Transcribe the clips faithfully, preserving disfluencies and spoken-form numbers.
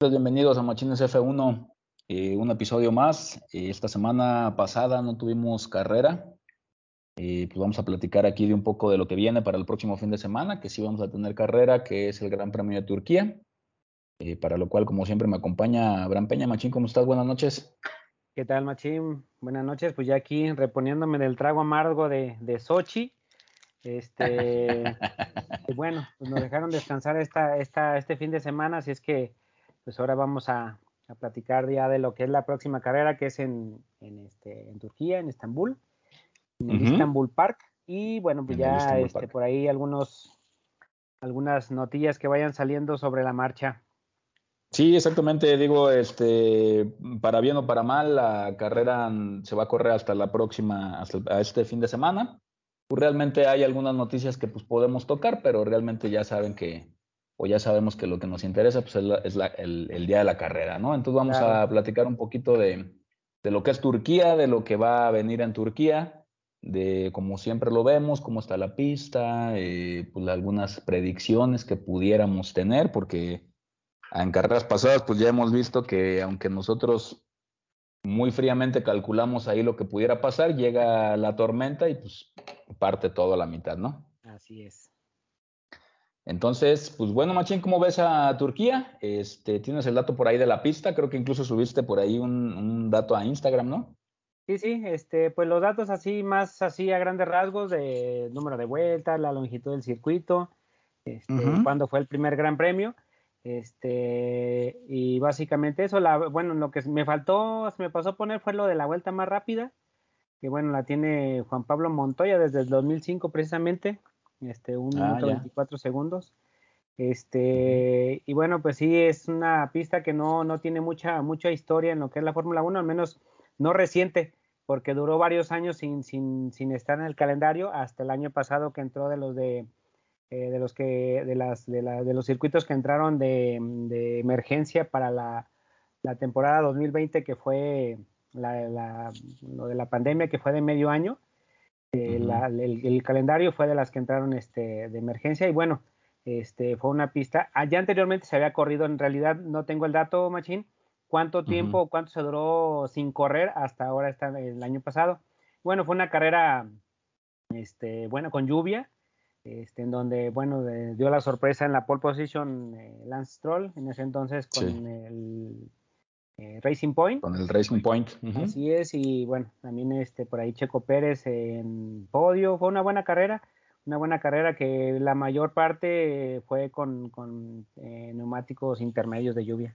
Bienvenidos a Machines F uno, eh, un episodio más. Eh, esta semana pasada no tuvimos carrera. Eh, pues vamos a platicar aquí de un poco de lo que viene para el próximo fin de semana, que sí vamos a tener carrera, que es el Gran Premio de Turquía, eh, para lo cual, como siempre, me acompaña Abraham Peña. Machín, ¿cómo estás? Buenas noches. ¿Qué tal, Machín? Buenas noches, pues ya aquí reponiéndome del trago amargo de, de Sochi. Este, y bueno, pues nos dejaron descansar esta, esta, este fin de semana, así es que pues ahora vamos a, a platicar ya de lo que es la próxima carrera, que es en, en, este, en Turquía, en Estambul, en el Uh-huh. Istanbul Park. Y bueno, pues En el ya Istanbul este, Park. por ahí algunos, algunas notillas que vayan saliendo sobre la marcha. Sí, exactamente. Digo, este, para bien o para mal, la carrera mm, se va a correr hasta la próxima, hasta a este fin de semana. Pues realmente hay algunas noticias que pues podemos tocar, pero realmente ya saben que, o ya sabemos que lo que nos interesa pues es, la- es la- el, el día de la carrera, ¿no? Entonces vamos Claro. a platicar un poquito de, de lo que es Turquía, de lo que va a venir en Turquía, de cómo siempre lo vemos, cómo está la pista, eh, pues algunas predicciones que pudiéramos tener, porque en carreras pasadas, pues ya hemos visto que aunque nosotros muy fríamente calculamos ahí lo que pudiera pasar, llega la tormenta y pues parte todo a la mitad, ¿no? Así es. Entonces, pues bueno, Machín, ¿cómo ves a Turquía? Este, tienes el dato por ahí de la pista, creo que incluso subiste por ahí un, un dato a Instagram, ¿no? Sí, sí, este, pues los datos así, más así a grandes rasgos de número de vueltas, la longitud del circuito, este, Ujú. cuándo fue el primer Gran Premio, este, y básicamente eso, la, bueno, lo que me faltó, se me pasó a poner fue lo de la vuelta más rápida, que bueno, la tiene Juan Pablo Montoya desde el dos mil cinco precisamente, este, un Ah, minuto ya. veinticuatro segundos, Ujú. este, y bueno, pues sí, es una pista que no, no tiene mucha, mucha historia en lo que es la Fórmula uno, al menos no reciente, porque duró varios años sin, sin, sin estar en el calendario, hasta el año pasado que entró de los de, eh, de los que, de las, de, la, de los circuitos que entraron de, de emergencia para la, la temporada dos mil veinte, que fue la, la, lo de la pandemia, que fue de medio año. Eh, Ujú. la, el, el, calendario fue de las que entraron este, de emergencia y bueno, este, fue una pista. Allá anteriormente se había corrido, en realidad no tengo el dato, Machín, cuánto Ujú. tiempo, cuánto se duró sin correr hasta ahora, está el año pasado. Bueno, fue una carrera, este, bueno, con lluvia, este, en donde, bueno, de, dio la sorpresa en la pole position eh, Lance Stroll, en ese entonces Sí, con el eh, Racing Point. con el Racing Point. Ujú. Así es, y bueno, también este por ahí Checo Pérez en podio, fue una buena carrera, una buena carrera que la mayor parte fue con, con eh, neumáticos intermedios de lluvia.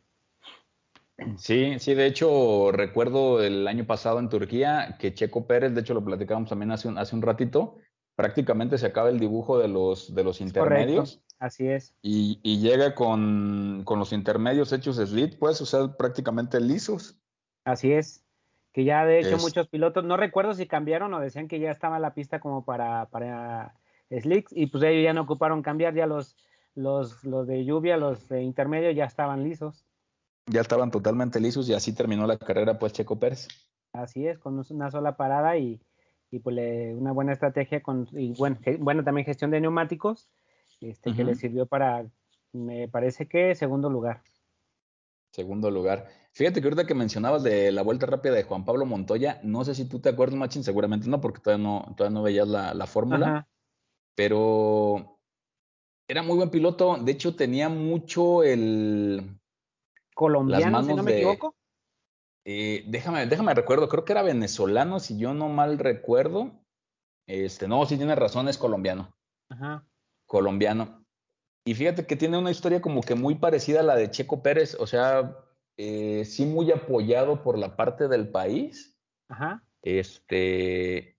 Sí, sí, de hecho recuerdo el año pasado en Turquía que Checo Pérez, de hecho lo platicamos también hace un, hace un ratito, prácticamente se acaba el dibujo de los, de los Es correcto, intermedios así es, y, y llega con, con los intermedios hechos slit, pues, o sea, prácticamente lisos. así es, que ya de hecho Es, muchos pilotos, no recuerdo si cambiaron o decían que ya estaba la pista como para, para slicks y pues ellos ya no ocuparon cambiar, ya los, los, los de lluvia, los de intermedio ya estaban lisos. ya estaban totalmente lisos y así terminó la carrera, pues, Checo Pérez. Así es, con una sola parada y, y pues le, una buena estrategia con, y bueno, ge, bueno, también gestión de neumáticos, este, que le Ujú. sirvió para, me parece que segundo lugar. Segundo lugar. Fíjate que ahorita que mencionabas de la vuelta rápida de Juan Pablo Montoya, no sé si tú te acuerdas, Machín, seguramente no, porque todavía no, todavía no veías la, la fórmula, Ajá, pero era muy buen piloto. De hecho, tenía mucho el, las colombiano, si no manos me de. equivoco. eh, déjame, déjame recuerdo, creo que era venezolano, si yo no mal recuerdo. Este, no, sí tienes razón, es colombiano. Ajá, Colombiano. Y fíjate que tiene una historia como que muy parecida a la de Checo Pérez, o sea, eh, sí muy apoyado por la parte del país. ajá, Este,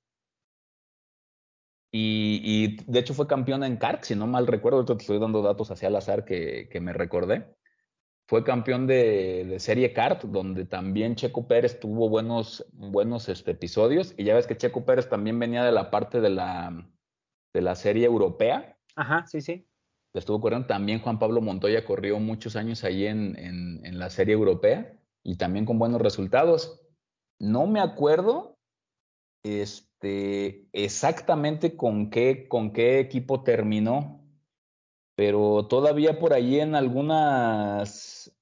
y, y de hecho fue campeón en kart, si no mal recuerdo, ahorita te estoy dando datos hacia al azar que, que me recordé. Fue campeón de, de serie kart, donde también Checo Pérez tuvo buenos, buenos este, episodios. Y ya ves que Checo Pérez también venía de la parte de la, de la serie europea. ajá, sí, sí, Le estuvo corriendo. También Juan Pablo Montoya corrió muchos años ahí en, en, en la serie europea y también con buenos resultados. No me acuerdo este, exactamente con qué, con qué equipo terminó, pero todavía por ahí en algunas, en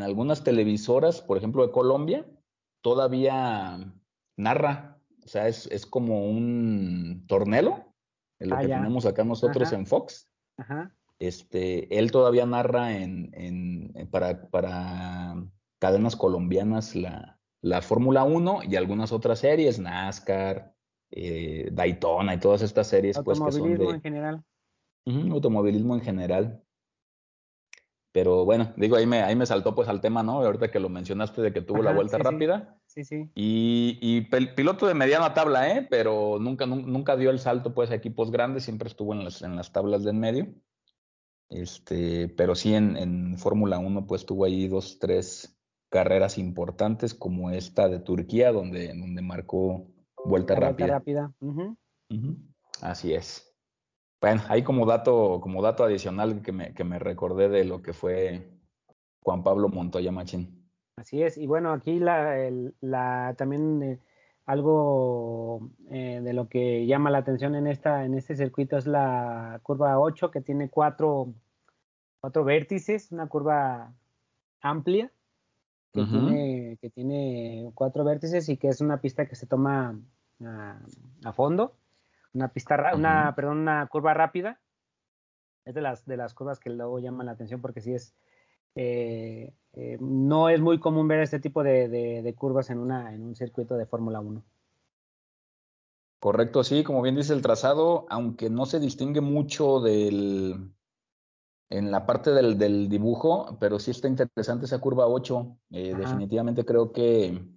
algunas televisoras, por ejemplo de Colombia, todavía narra, o sea, es, es como un tornelo, en lo Ah, que ya. tenemos acá nosotros Ajá, en Fox. ajá. Este, él todavía narra en, en, en- para, para cadenas colombianas la, la Fórmula uno y algunas otras series, NASCAR, eh, Daytona y todas estas series, pues que son Automovilismo en de general. ujú, automovilismo en general. Pero bueno, digo, ahí me, ahí me saltó pues al tema, ¿no? Ahorita que lo mencionaste de que tuvo la Ajá, vuelta sí, sí, rápida. sí, sí. Y, y pel- piloto de mediana tabla, ¿eh? Pero nunca, nun- nunca dio el salto pues a equipos grandes, siempre estuvo en las, en las tablas de en medio. Este, pero sí en, en Fórmula uno pues tuvo ahí dos, tres carreras importantes como esta de Turquía, donde, donde marcó vuelta La vuelta rápida. rápida. Ujú. Ujú. Así es. Bueno, ahí como dato, como dato adicional que me, que me recordé de lo que fue Juan Pablo Montoya Machín. Así es. Y bueno, aquí la, el- la también eh, algo eh, de lo que llama la atención en esta, en este circuito es la curva ocho, que tiene cuatro, cuatro vértices, una curva amplia que Ujú, tiene, que tiene cuatro vértices y que es una pista que se toma a, a fondo, una pista, ra- ujú. una, perdón, una curva rápida. Es de las, de las curvas que luego llaman la atención porque sí es, eh, eh, no es muy común ver este tipo de, de, de curvas en, una, en un circuito de Fórmula uno. Correcto, sí, como bien dice el trazado, aunque no se distingue mucho del, en la parte del, del dibujo, pero sí está interesante esa curva ocho. Eh, Ajá. definitivamente creo que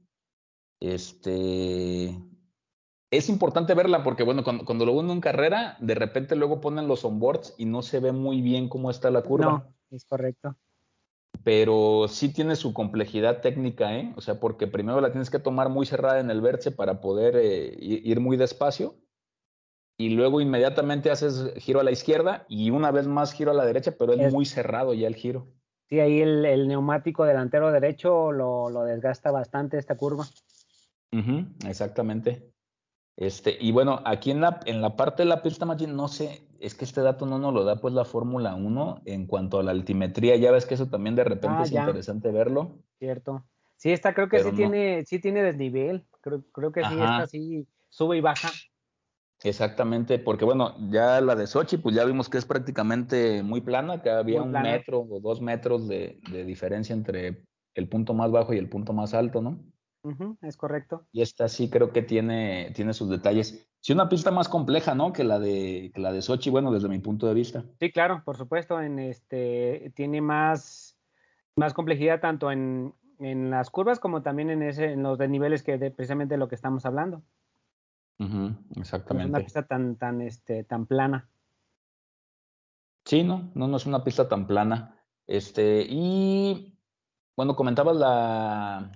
este, es importante verla porque, bueno, cuando, cuando lo uno en carrera, de repente luego ponen los onboards y no se ve muy bien cómo está la No, curva. es correcto. Pero sí tiene su complejidad técnica, ¿eh? O sea, porque primero la tienes que tomar muy cerrada en el vértice para poder eh, ir muy despacio y luego inmediatamente haces giro a la izquierda y una vez más giro a la derecha, pero es Es, muy cerrado ya el giro. sí, ahí el, el neumático delantero derecho lo, lo desgasta bastante esta curva. Ujú, exactamente. Este, y bueno, aquí en la, en la parte de la pista, Maggi, no sé, es que este dato no nos lo da pues la Fórmula uno en cuanto a la altimetría, ya ves que eso también de repente Ah, es ya, interesante verlo, cierto. Sí, esta creo que pero sí no. tiene, sí tiene desnivel. Creo, creo que sí, esta Ajá, sí sube y baja. exactamente, porque bueno, ya la de Sochi, pues ya vimos que es prácticamente muy plana, que había Muy un plana. metro o dos metros de, de diferencia entre el punto más bajo y el punto más alto, ¿no? Ujú, es correcto. Y esta sí creo que tiene, tiene sus detalles. Sí, una pista más compleja, ¿no? Que la de, que la de Sochi, bueno, desde mi punto de vista. Sí, claro, por supuesto. En este tiene más, más complejidad tanto en, en las curvas como también en ese, en los desniveles que de precisamente de lo que estamos hablando. Ujú, No es una exactamente. pista tan, tan, este, tan plana. Sí, no, no, no es una pista tan plana. Este, y bueno, comentabas la,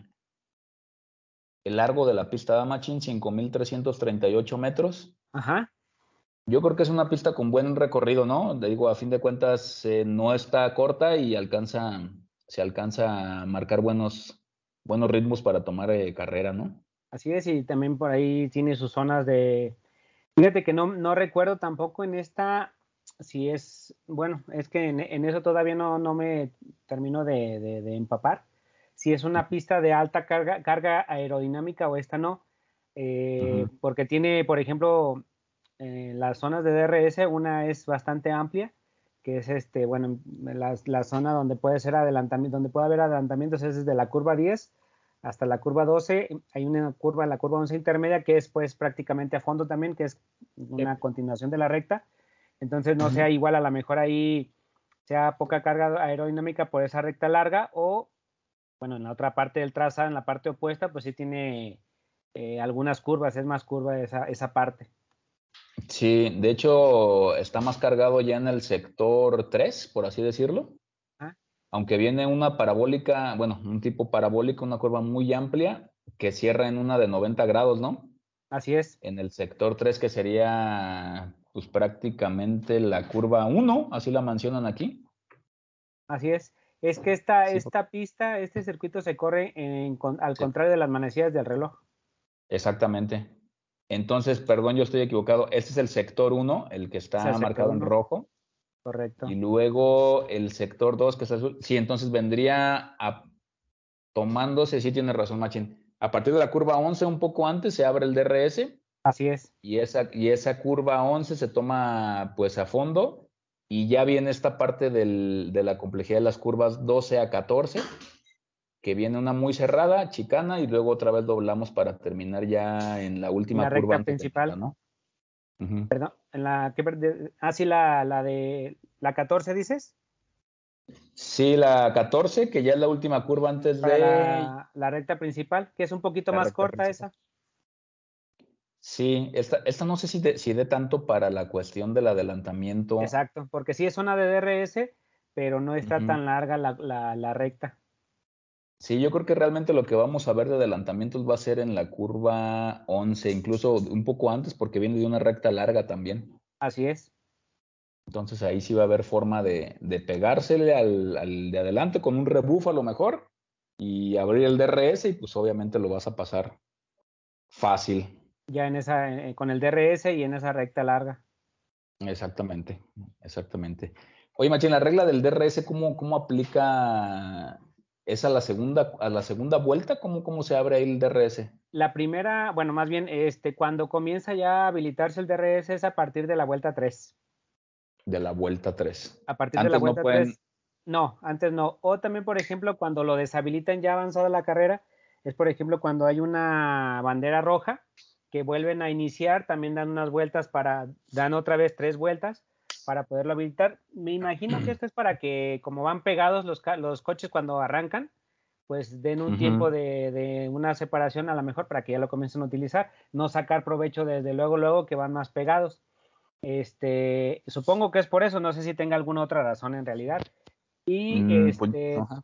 el largo de la pista de Machín, cinco mil trescientos treinta y ocho metros. Ajá. Yo creo que es una pista con buen recorrido, ¿no? Te digo, a fin de cuentas, eh, no está corta y alcanza, se alcanza a marcar buenos, buenos ritmos para tomar eh, carrera, ¿no? Así es, y también por ahí tiene sus zonas de. Fíjate que no, no recuerdo tampoco en esta si es, bueno, es que en, en eso todavía no, no me termino de, de, de empapar. Si es una pista de alta carga, carga aerodinámica o esta no, eh, Ujú, porque tiene, por ejemplo, eh, las zonas de D R S, una es bastante amplia, que es este, bueno, la, la zona donde puede ser adelantamiento, donde puede haber adelantamientos es desde la curva diez hasta la curva doce, hay una curva, la curva once intermedia, que es pues prácticamente a fondo también, que es sí, una continuación de la recta. Entonces no ujú. sea igual, a lo mejor ahí sea poca carga aerodinámica por esa recta larga, o bueno, en la otra parte del trazado, en la parte opuesta, pues sí tiene eh, algunas curvas, es más curva esa, esa parte. Sí, de hecho, está más cargado ya en el sector tres, por así decirlo. ¿Ah? Aunque viene una parabólica, bueno, un tipo parabólica, una curva muy amplia que cierra en una de noventa grados, ¿no? Así es, En el sector tres que sería pues prácticamente la curva uno, así la mencionan aquí. así es. Es que esta, Sí, esta pista, este circuito se corre en, al sí, contrario de las manecillas del reloj. exactamente. Entonces, perdón, yo estoy equivocado. Este es el sector uno, el que Es el está sector marcado en uno, rojo. Y correcto. luego el sector dos, que es azul. Sí, entonces vendría a tomándose, sí tienes razón, Machín. A partir de la curva once, un poco antes, se abre el D R S. Así es. Y esa, y esa curva once se toma pues a fondo. Y ya viene esta parte del, de la complejidad de las curvas doce a catorce, que viene una muy cerrada, chicana, y luego otra vez doblamos para terminar ya en la En la última curva recta antes de meta, principal. ¿no? Uh-huh. Perdón, en la que ah, sí, la, la de la catorce, dices. Sí, la catorce, que ya es la última curva antes Para de la, la recta principal, que es un poquito la más recta corta principal. esa. Sí, esta, esta no sé si de, si de tanto para la cuestión del adelantamiento. Exacto, porque sí es una de D R S, pero no está Uh-huh. tan larga la, la, la recta. Sí, yo creo que realmente lo que vamos a ver de adelantamientos va a ser en la curva once, incluso un poco antes, porque viene de una recta larga también. Así es. Entonces ahí sí va a haber forma de, de pegársele al, al de adelante con un rebuff a lo mejor y abrir el D R S y pues obviamente lo vas a pasar fácil. Ya en esa, eh, con el D R S y en esa recta larga. Exactamente, exactamente. Oye, Machín, la regla del D R S, ¿cómo, cómo aplica? ¿Es a la segunda, a la segunda vuelta? ¿Cómo, cómo se abre ahí el D R S? La primera, bueno, más bien, este, cuando comienza ya a habilitarse el D R S es a partir de la vuelta tres. De la vuelta tres. A partir de la Antes no vuelta pueden. tres, no, antes no. O también, por ejemplo, cuando lo deshabilitan ya avanzada la carrera, es por ejemplo cuando hay una bandera roja que vuelven a iniciar, también dan unas vueltas para, dan otra vez tres vueltas para poderlo habilitar. Me imagino que esto es para que, como van pegados los, los coches cuando arrancan, pues den un uh-huh. tiempo de, de una separación a lo mejor para que ya lo comiencen a utilizar, no sacar provecho desde luego, luego que van más pegados. Este, supongo que es por eso, no sé si tenga alguna otra razón en realidad. Y mm, este, pues,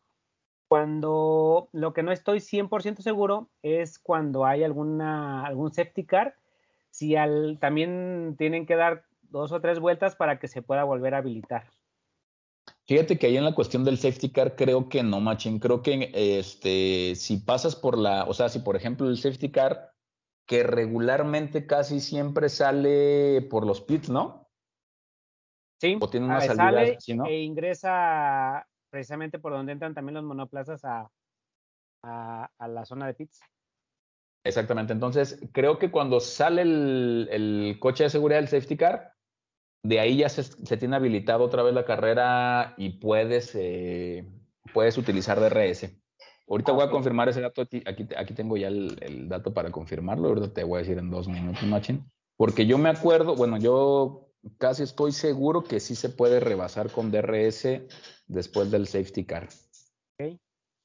cuando lo que no estoy cien por ciento seguro es cuando hay alguna, algún safety car, si al, también tienen que dar dos o tres vueltas para que se pueda volver a habilitar. Fíjate que ahí en la cuestión del safety car creo que no, Machín. Creo que este, si pasas por la, o sea, si por ejemplo el safety car que regularmente casi siempre sale por los pits, ¿no? Sí, o tiene una salida sale así, ¿no? e ingresa precisamente por donde entran también los monoplazas a, a, a la zona de pits. Exactamente, entonces creo que cuando sale el, el coche de seguridad, el safety car, de ahí ya se, se tiene habilitado otra vez la carrera y puedes, eh, puedes utilizar D R S. Ahorita ah, voy okay. a confirmar ese dato, aquí, aquí, aquí tengo ya el, el, dato para confirmarlo, ahorita te voy a decir en dos minutos, Machín, porque yo me acuerdo, bueno, yo casi estoy seguro que sí se puede rebasar con D R S después del safety car. Okay.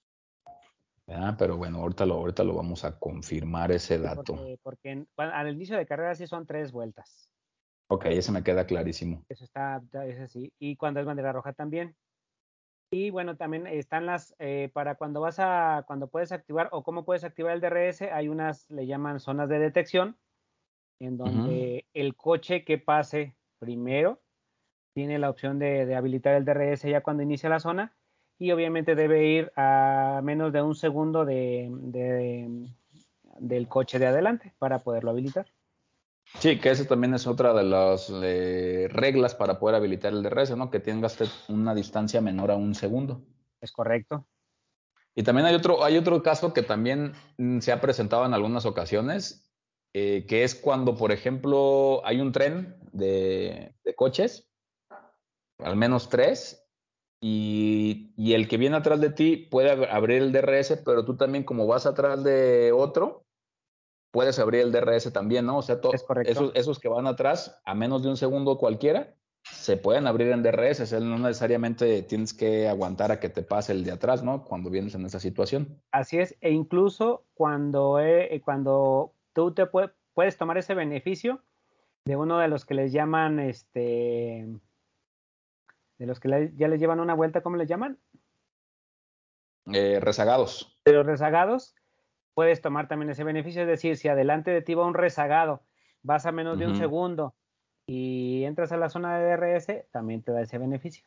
Ah, pero bueno, ahorita lo, ahorita lo vamos a confirmar ese dato. Porque, porque en, bueno, al inicio de carrera sí son tres vueltas. Ok, ese me queda clarísimo. Eso está, es así. Y cuando es bandera roja también. Y bueno, también están las, eh, para cuando vas a, cuando puedes activar o cómo puedes activar el D R S, hay unas, le llaman zonas de detección, en donde uh-huh. el coche que pase primero tiene la opción de, de habilitar el D R S ya cuando inicia la zona, y obviamente debe ir a menos de un segundo de, de, del coche de adelante para poderlo habilitar. Sí, que esa también es otra de las eh, reglas para poder habilitar el D R S, ¿no? Que tengas una distancia menor a un segundo. Es correcto. Y también hay otro, hay otro caso que también se ha presentado en algunas ocasiones, eh, que es cuando, por ejemplo, hay un tren de, de coches, al menos tres, y, y el que viene atrás de ti puede abrir el D R S, pero tú también, como vas atrás de otro, puedes abrir el D R S también, ¿no? O sea, to- esos, esos que van atrás, a menos de un segundo cualquiera, se pueden abrir en D R S. O sea, no necesariamente tienes que aguantar a que te pase el de atrás, ¿no? Cuando vienes en esa situación. Así es, e incluso cuando, eh, cuando tú te puede, puedes tomar ese beneficio de uno de los que les llaman, este, de los que le, ya les llevan una vuelta, ¿cómo les llaman? Eh, rezagados. De los rezagados, puedes tomar también ese beneficio, es decir, si adelante de ti va un rezagado, vas a menos uh-huh. de un segundo y entras a la zona de D R S, también te da ese beneficio.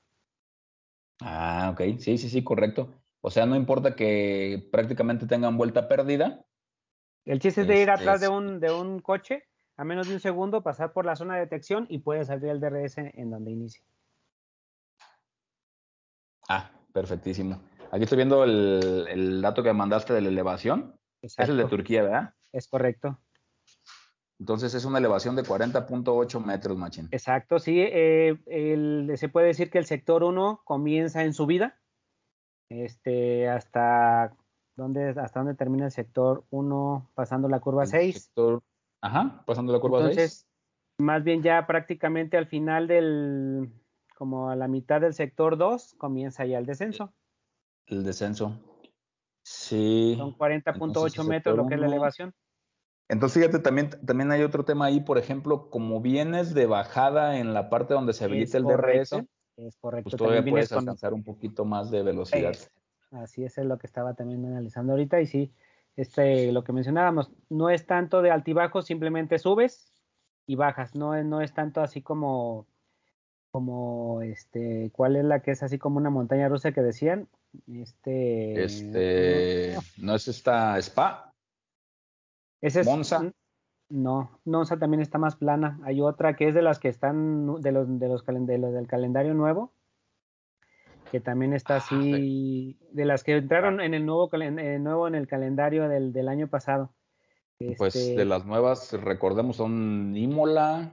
Ah, ok, sí, sí, sí, correcto. O sea, no importa que prácticamente tengan vuelta perdida. El chiste es de ir atrás de un, de un coche a menos de un segundo, pasar por la zona de detección y puedes abrir el D R S en donde inicie. Ah, perfectísimo. Aquí estoy viendo el, el dato que mandaste de la elevación. Es el de Exacto, Turquía, ¿verdad? es correcto. Entonces es una elevación de cuarenta punto ocho metros, machín. Exacto, sí. Eh, el, se puede decir que el sector uno comienza en subida, este, hasta dónde, hasta dónde termina el sector uno, pasando la curva El seis. sector, ajá, pasando la curva seis. Entonces, más bien ya prácticamente al final del, como a la mitad del sector dos, comienza ya el descenso. El descenso. Sí. Son cuarenta punto Entonces ocho el metros sector lo que es la uno. elevación. Entonces, fíjate, también, también hay otro tema ahí, por ejemplo, como vienes de bajada en la parte donde se Es habilita el D R S, correcto, es pues correcto. También todavía vienes puedes con... alcanzar un poquito más de velocidad. Es, así es, es lo que estaba también analizando ahorita. Y sí, este, lo que mencionábamos, no es tanto de altibajos, simplemente subes y bajas. No es, no es tanto así como, como, este, ¿cuál es la que es así como una montaña rusa que decían? Este, no, Este, ¿no es esta Spa? ese es, Monza. no, no, esa también está más plana. Hay otra que es de las que están, de los, de los, calen- de los del calendario nuevo, que también está Ah, de- así, de las que ah, entraron en el nuevo, calen- eh, nuevo en el calendario del, del año pasado. pues de Este, las nuevas, recordemos, son Imola,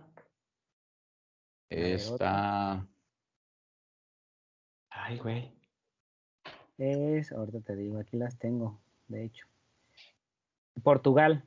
a ver, otra esta... Ay, güey. es, ahorita te digo, aquí las tengo, de hecho. Portugal,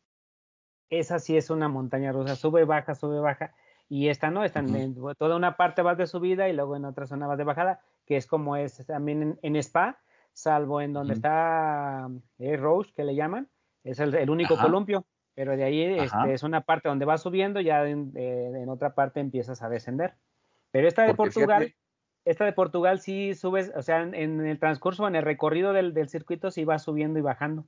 esa sí es una montaña rusa, sube, baja, sube, baja. Y esta no, están Ujú, en toda una parte vas de subida y luego en otra zona vas de bajada, que es como es también en, en Spa, salvo en donde ujú. está eh, Rouge, que le llaman, es el, el único Ajá, columpio, pero de ahí este, ajá. es una parte donde vas subiendo, ya en, eh, en otra parte empiezas a descender. Pero esta de Porque Portugal, fíjate, esta de Portugal sí subes, o sea, en, en el transcurso, en el recorrido del, del circuito sí vas subiendo y bajando.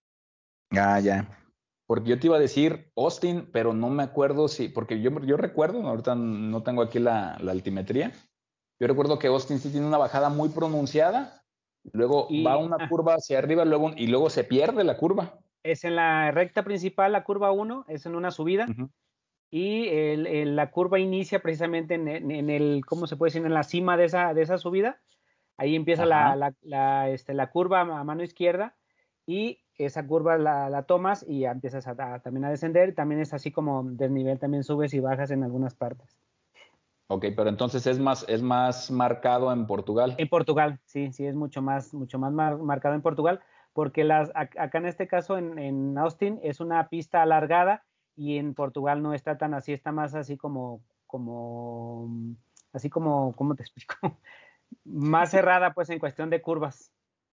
ah, ya. Porque yo te iba a decir Austin, pero no me acuerdo si, porque yo, yo recuerdo, ahorita no tengo aquí la, la altimetría, yo recuerdo que Austin sí tiene una bajada muy pronunciada, luego va Y una ah, curva hacia arriba, luego, y luego se pierde la curva. es en la recta principal, la curva uno, es en una subida, Ujú. y el, el, la curva inicia precisamente en, en, en, el, ¿cómo se puede decir? En la cima de esa, de esa subida. Ahí empieza la, Ajá. la, la, este, la curva a mano izquierda y esa curva la, la tomas y ya empiezas a, a, también a descender. También es así como desnivel, también subes y bajas en algunas partes. Ok, pero entonces es más, es más marcado en Portugal. En Portugal, sí, sí, es mucho más, mucho más mar, marcado en Portugal, porque las, acá en este caso en, en Austin es una pista alargada y en Portugal no está tan así, está más así como, como, así como, ¿cómo te explico? Más cerrada pues en cuestión de curvas.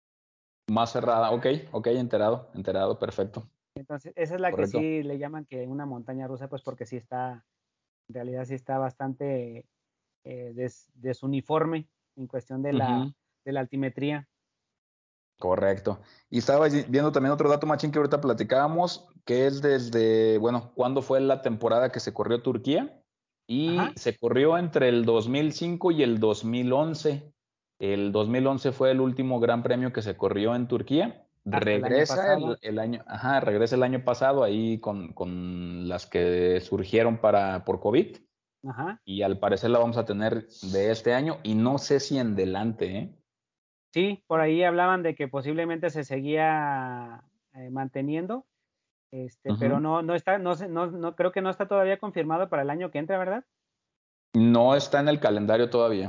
Más cerrada, ok, ok, enterado, enterado, perfecto, Entonces, esa es la que correcto. sí le llaman que una montaña rusa, pues porque sí está, en realidad sí está bastante eh, des, desuniforme en cuestión de la, Ujú. de la altimetría. Correcto. Y estaba vi- viendo también otro dato, machín, que ahorita platicábamos, que es desde, bueno, cuándo fue la temporada que se corrió Turquía. Y Ajá, se corrió entre el dos mil cinco y el dos mil once. El dos mil once fue el último gran premio que se corrió en Turquía. hasta el año Regresa el, pasado. el año, ajá, regresa el año pasado ahí con, con las que surgieron para, por COVID. Ajá. Y al parecer la vamos a tener de este año y no sé si en delante, ¿eh? Sí, por ahí hablaban de que posiblemente se seguía eh, manteniendo, este, pero Ujú. no, no está, no, sé, no, no creo que no está todavía confirmado para el año que entra, ¿verdad? No está en el calendario todavía.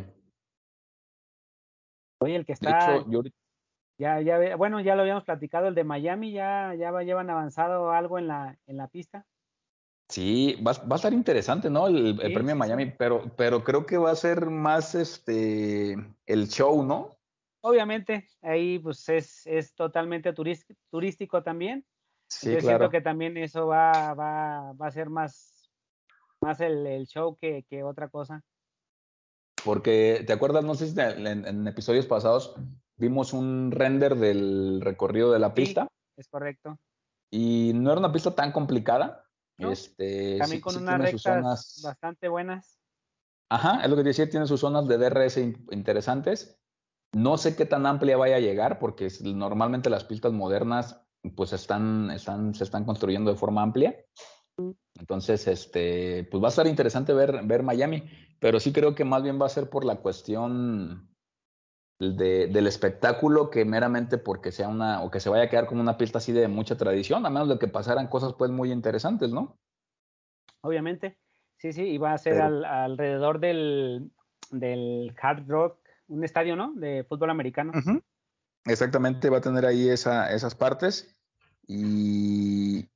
Oye, el que De está, hecho, yo ahorita- ya, ya, ve- bueno, ya lo habíamos platicado, el de Miami, ya, ya va- llevan avanzado algo en la, en la pista. sí, va, va a estar interesante, ¿no? El, el Sí, premio de sí, sí. Miami, pero, pero creo que va a ser más este el show, ¿no? Obviamente, ahí pues es, es totalmente turis- turístico también. Sí, Entonces siento claro. que también eso va, va, va a ser más, más el, el show que, que otra cosa. Porque, ¿te acuerdas? No sé si en, en- en episodios pasados vimos un render del recorrido de la Sí, pista es correcto. y no era una pista tan complicada. ¿No? Este, También sí, con sí unas tiene sus rectas zonas. bastante buenas. Ajá, es lo que te decía, tiene sus zonas de D R S in- interesantes. No sé qué tan amplia vaya a llegar, porque es- normalmente las pistas modernas pues están, están, se están construyendo de forma amplia. Entonces, este, pues va a estar interesante ver, ver Miami, pero sí creo que más bien va a ser por la cuestión, de, del espectáculo que meramente porque sea una, o que se vaya a quedar como una pista así de mucha tradición, a menos de que pasaran cosas pues muy interesantes, ¿no? Obviamente, sí, sí, y va a ser Pero al, alrededor del, del Hard Rock, un estadio, ¿no? De fútbol americano. uh-huh. Exactamente, va a tener ahí esa, esas partes. Y,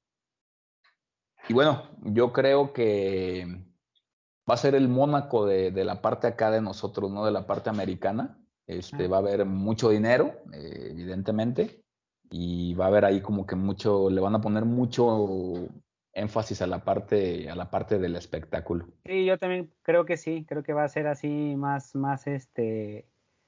y bueno, yo creo que va a ser el Mónaco de, de la parte acá de nosotros, ¿no? De la parte americana. Este, Ah, va a haber mucho dinero, eh, evidentemente, y va a haber ahí como que mucho, le van a poner mucho énfasis a la parte, a la parte del espectáculo. sí, yo también creo que sí, creo que va a ser así más, más este,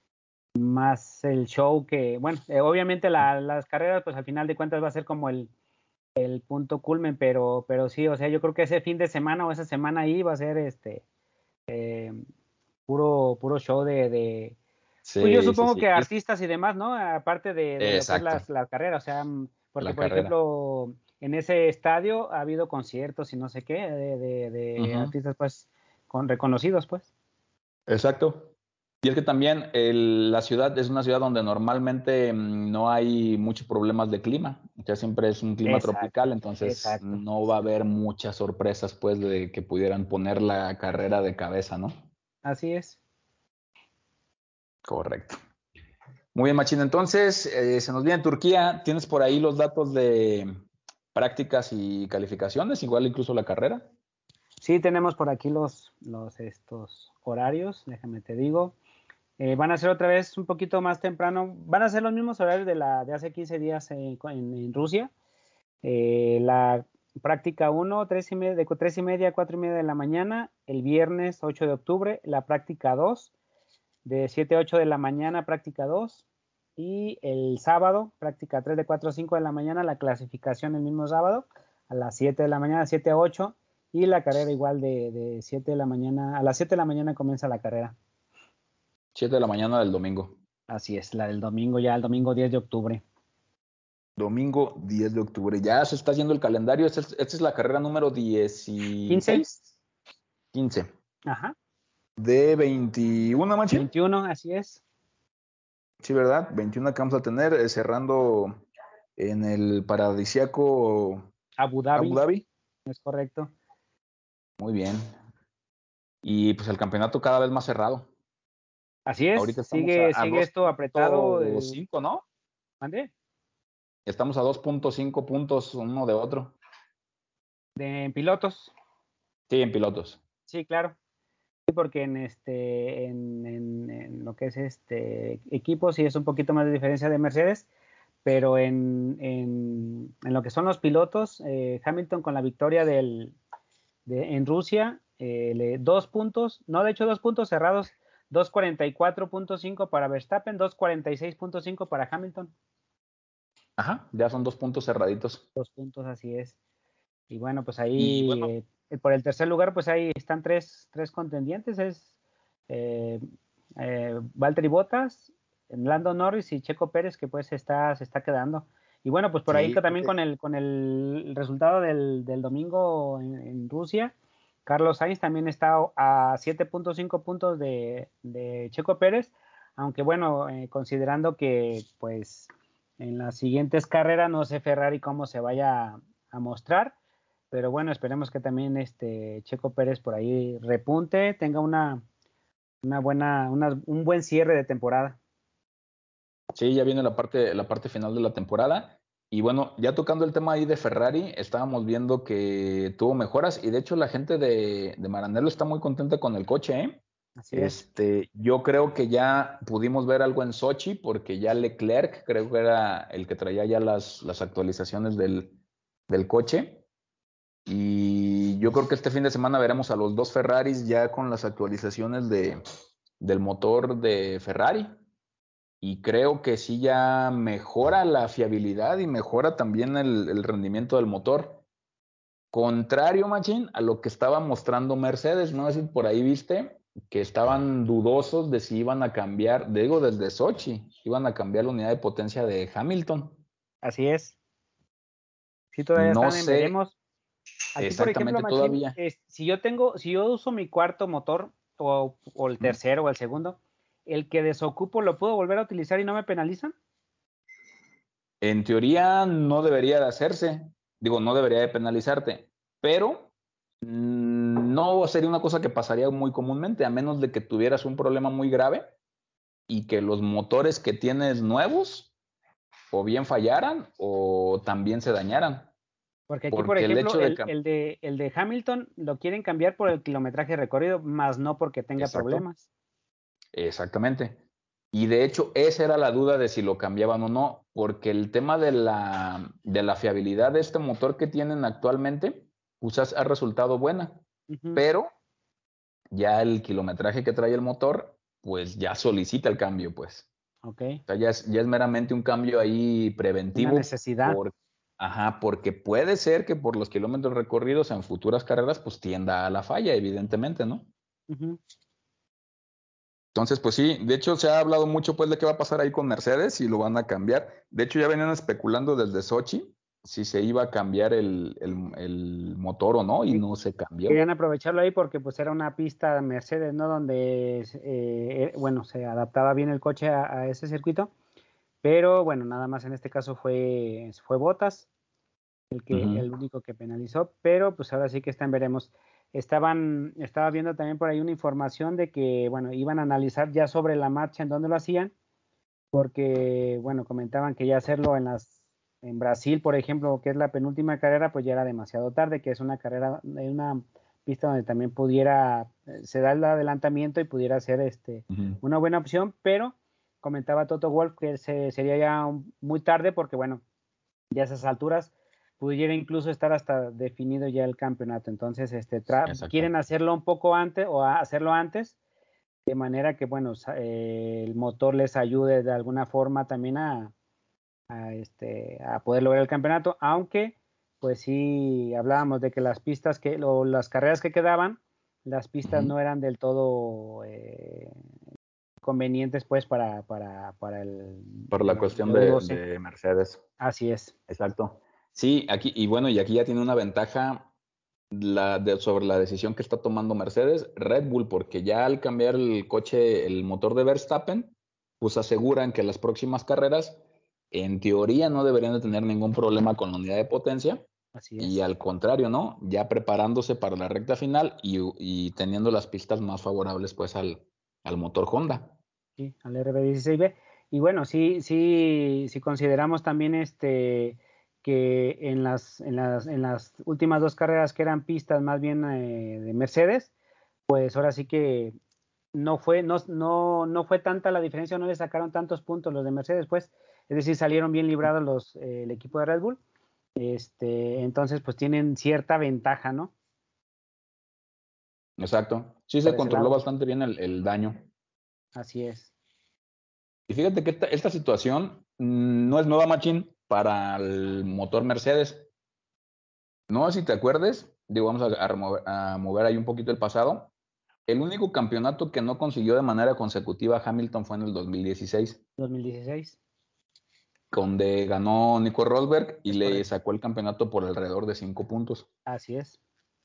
más el show que, bueno, eh, obviamente la, las carreras, pues al final de cuentas va a ser como el, el punto culmen, pero, pero sí, o sea, yo creo que ese fin de semana o esa semana ahí va a ser este eh, puro, puro show de, de, pues yo Sí, sí, supongo sí. que Y es- artistas y demás, ¿no? Aparte de, de lo que es exacto, las, las carreras, o sea, mm, porque la por carrera. ejemplo, en ese estadio ha habido conciertos y no sé qué, de, de, de Ujú. artistas pues con reconocidos, pues. Exacto. Y es que también el- la ciudad es una ciudad donde normalmente mm, no hay muchos problemas de clima. O sea, siempre es un clima tropical, Exacto, entonces exacto. no va a haber muchas sorpresas, pues, de que pudieran poner la carrera de cabeza, ¿no? Así es. Correcto. Muy bien, Machín. Entonces, eh, se nos viene Turquía. ¿Tienes por ahí los datos de prácticas y calificaciones? Igual incluso la carrera. Sí, tenemos por aquí los, los estos horarios, déjame te digo. Eh, van a ser otra vez un poquito más temprano, van a ser los mismos horarios de la de hace quince días en, en, en Rusia. Eh, la práctica uno, tres y media, de tres y media a cuatro y media de la mañana, el viernes ocho de octubre, la práctica dos, de siete a ocho de la mañana, práctica dos, y el sábado, práctica tres de cuatro a cinco de la mañana, la clasificación el mismo sábado, a las siete de la mañana, siete a ocho, y la carrera igual de, de siete de la mañana, a las siete de la mañana comienza la carrera. Siete de la mañana del domingo. Así es, la del domingo, ya el domingo diez de octubre. Domingo diez de octubre. Ya se está haciendo el calendario. Esta es, esta es la carrera número quince, dieciséis, quince. ajá, De veintiuno, Machín. veintiuno, así es. Sí, ¿verdad? veintiuno que vamos a tener, eh, cerrando en el paradisíaco Abu Abu Dhabi, Dhabi. es correcto. Muy bien. Y pues el campeonato cada vez más cerrado. Así es, Ahorita estamos a, sigue, a sigue esto apretado. Eh, dos punto cinco, ¿no? ¿mande? Estamos a dos punto cinco puntos uno de otro. De pilotos, Sí, en pilotos. sí, claro. Sí, porque en este, en, en, en lo que es este equipo sí es un poquito más de diferencia de Mercedes, pero en, en, en lo que son los pilotos, eh, Hamilton con la victoria del, de, en Rusia, eh, le, dos puntos, no de hecho dos puntos cerrados, dos cuarenta y cuatro punto cinco para Verstappen, dos cuarenta y seis punto cinco para Hamilton. Ajá, ya son dos puntos cerraditos. Dos puntos, así es. Y bueno, pues Y ahí bueno, eh, por el tercer lugar, pues ahí están tres, tres contendientes, es eh, eh, Valtteri Bottas, Lando Norris y Checo Pérez, que pues está, se está quedando. Y bueno, pues por ahí sí, que también fíjate. con el, con el resultado del, del domingo en, en, Rusia, Carlos Sainz también está a siete punto cinco puntos de, de Checo Pérez, aunque bueno, eh, considerando que pues en las siguientes carreras no sé Ferrari cómo se vaya a, a mostrar, pero bueno, esperemos que también este Checo Pérez por ahí repunte, tenga una, una buena, una, un buen cierre de temporada. Sí, ya viene la parte, la parte final de la temporada. Y bueno, ya tocando el tema ahí de Ferrari, estábamos viendo que tuvo mejoras y de hecho la gente de, de Maranello está muy contenta con el coche, ¿eh? Así es. Este, yo creo que ya pudimos ver algo en Sochi porque ya Leclerc creo que era el que traía ya las, las actualizaciones del, del coche. Y yo creo que este fin de semana veremos a los dos Ferraris ya con las actualizaciones de, del motor de Ferrari. Y creo que sí ya mejora la fiabilidad y mejora también el, el rendimiento del motor. Contrario, Machín, a lo que estaba mostrando Mercedes, no sé si por ahí viste que estaban dudosos de si iban a cambiar, digo desde Sochi, iban a cambiar la unidad de potencia de Hamilton. Así es. Sí, todavía No están en sé veremos. Aquí, por ejemplo, exactamente Machín, todavía. es, si yo tengo, si yo uso mi cuarto motor o, o el ¿Mm? tercero o el segundo, ¿el que desocupo lo puedo volver a utilizar y no me penalizan? En teoría no debería de hacerse, digo, no debería de penalizarte, pero mmm, no sería una cosa que pasaría muy comúnmente, a menos de que tuvieras un problema muy grave y que los motores que tienes nuevos o bien fallaran o también se dañaran. Porque aquí, por Porque el ejemplo, hecho de... el, el, de, el de Hamilton lo quieren cambiar por el kilometraje recorrido, más no porque tenga Exacto, problemas. exactamente. Y de hecho, esa era la duda de si lo cambiaban o no, porque el tema de la, de la fiabilidad de este motor que tienen actualmente, pues ha, ha resultado buena, Uh-huh. pero ya el kilometraje que trae el motor, pues ya solicita el cambio, pues. Ok. O sea, ya es, ya es meramente un cambio ahí Una preventivo, necesidad. por, ajá, porque puede ser que por los kilómetros recorridos en futuras carreras, pues tienda a la falla, evidentemente, ¿no? Uh-huh. Entonces, pues sí, de hecho se ha hablado mucho pues de qué va a pasar ahí con Mercedes, si lo van a cambiar. De hecho ya venían especulando desde Sochi si se iba a cambiar el, el, el motor o no, y Sí. no se cambió. Querían aprovecharlo ahí porque pues era una pista Mercedes, ¿no? Donde, eh, eh, bueno, se adaptaba bien el coche a, a ese circuito. Pero bueno, nada más en este caso fue, fue Bottas el que, Uh-huh. el único que penalizó, pero pues ahora sí que están, veremos. Estaban, estaba viendo también por ahí una información de que, bueno, iban a analizar ya sobre la marcha en dónde lo hacían, porque, bueno, comentaban que ya hacerlo en las, en Brasil, por ejemplo, que es la penúltima carrera, pues ya era demasiado tarde, que es una carrera, una pista donde también pudiera, se da el adelantamiento y pudiera ser este, Uh-huh. una buena opción, pero comentaba Toto Wolff que se, sería ya un, muy tarde porque, bueno, ya a esas alturas pudiera incluso estar hasta definido ya el campeonato. Entonces, este, quieren hacerlo un poco antes o hacerlo antes, de manera que, bueno, eh, el motor les ayude de alguna forma también a, a, este, a poder lograr el campeonato, aunque, pues sí, hablábamos de que las pistas que, o las carreras que quedaban, las pistas uh-huh. no eran del todo eh, convenientes, pues, para, para, para el... Para la el, cuestión de, de Mercedes. Así es. Exacto. Sí, aquí, y bueno, y aquí ya tiene una ventaja la de, sobre la decisión que está tomando Mercedes, Red Bull, porque ya al cambiar el coche, el motor de Verstappen, pues aseguran que las próximas carreras, en teoría, no deberían de tener ningún problema con la unidad de potencia. Así es. Y al contrario, ¿no? Ya preparándose para la recta final y, y teniendo las pistas más favorables, pues, al, al motor Honda. Sí, al R B dieciséis B. Y bueno, sí, sí, si consideramos también este que en las, en las, en las últimas dos carreras que eran pistas más bien eh, de Mercedes, pues ahora sí que no fue, no, no, no fue tanta la diferencia, no le sacaron tantos puntos los de Mercedes, pues, es decir, salieron bien librados los, eh, el equipo de Red Bull. Este, entonces, pues tienen cierta ventaja, ¿no? Exacto. Sí, Por se ese controló lado. bastante bien el, el daño. Así es. Y fíjate que esta, esta situación mmm, no es nueva, Machín, para el motor Mercedes. No sé si te acuerdes, digo, vamos a, a, remover, a mover ahí un poquito el pasado. El único campeonato que no consiguió de manera consecutiva Hamilton fue en el dos mil dieciséis. dos mil dieciséis. Donde ganó Nico Rosberg y Es le correcto. sacó el campeonato por alrededor de cinco puntos. Así es.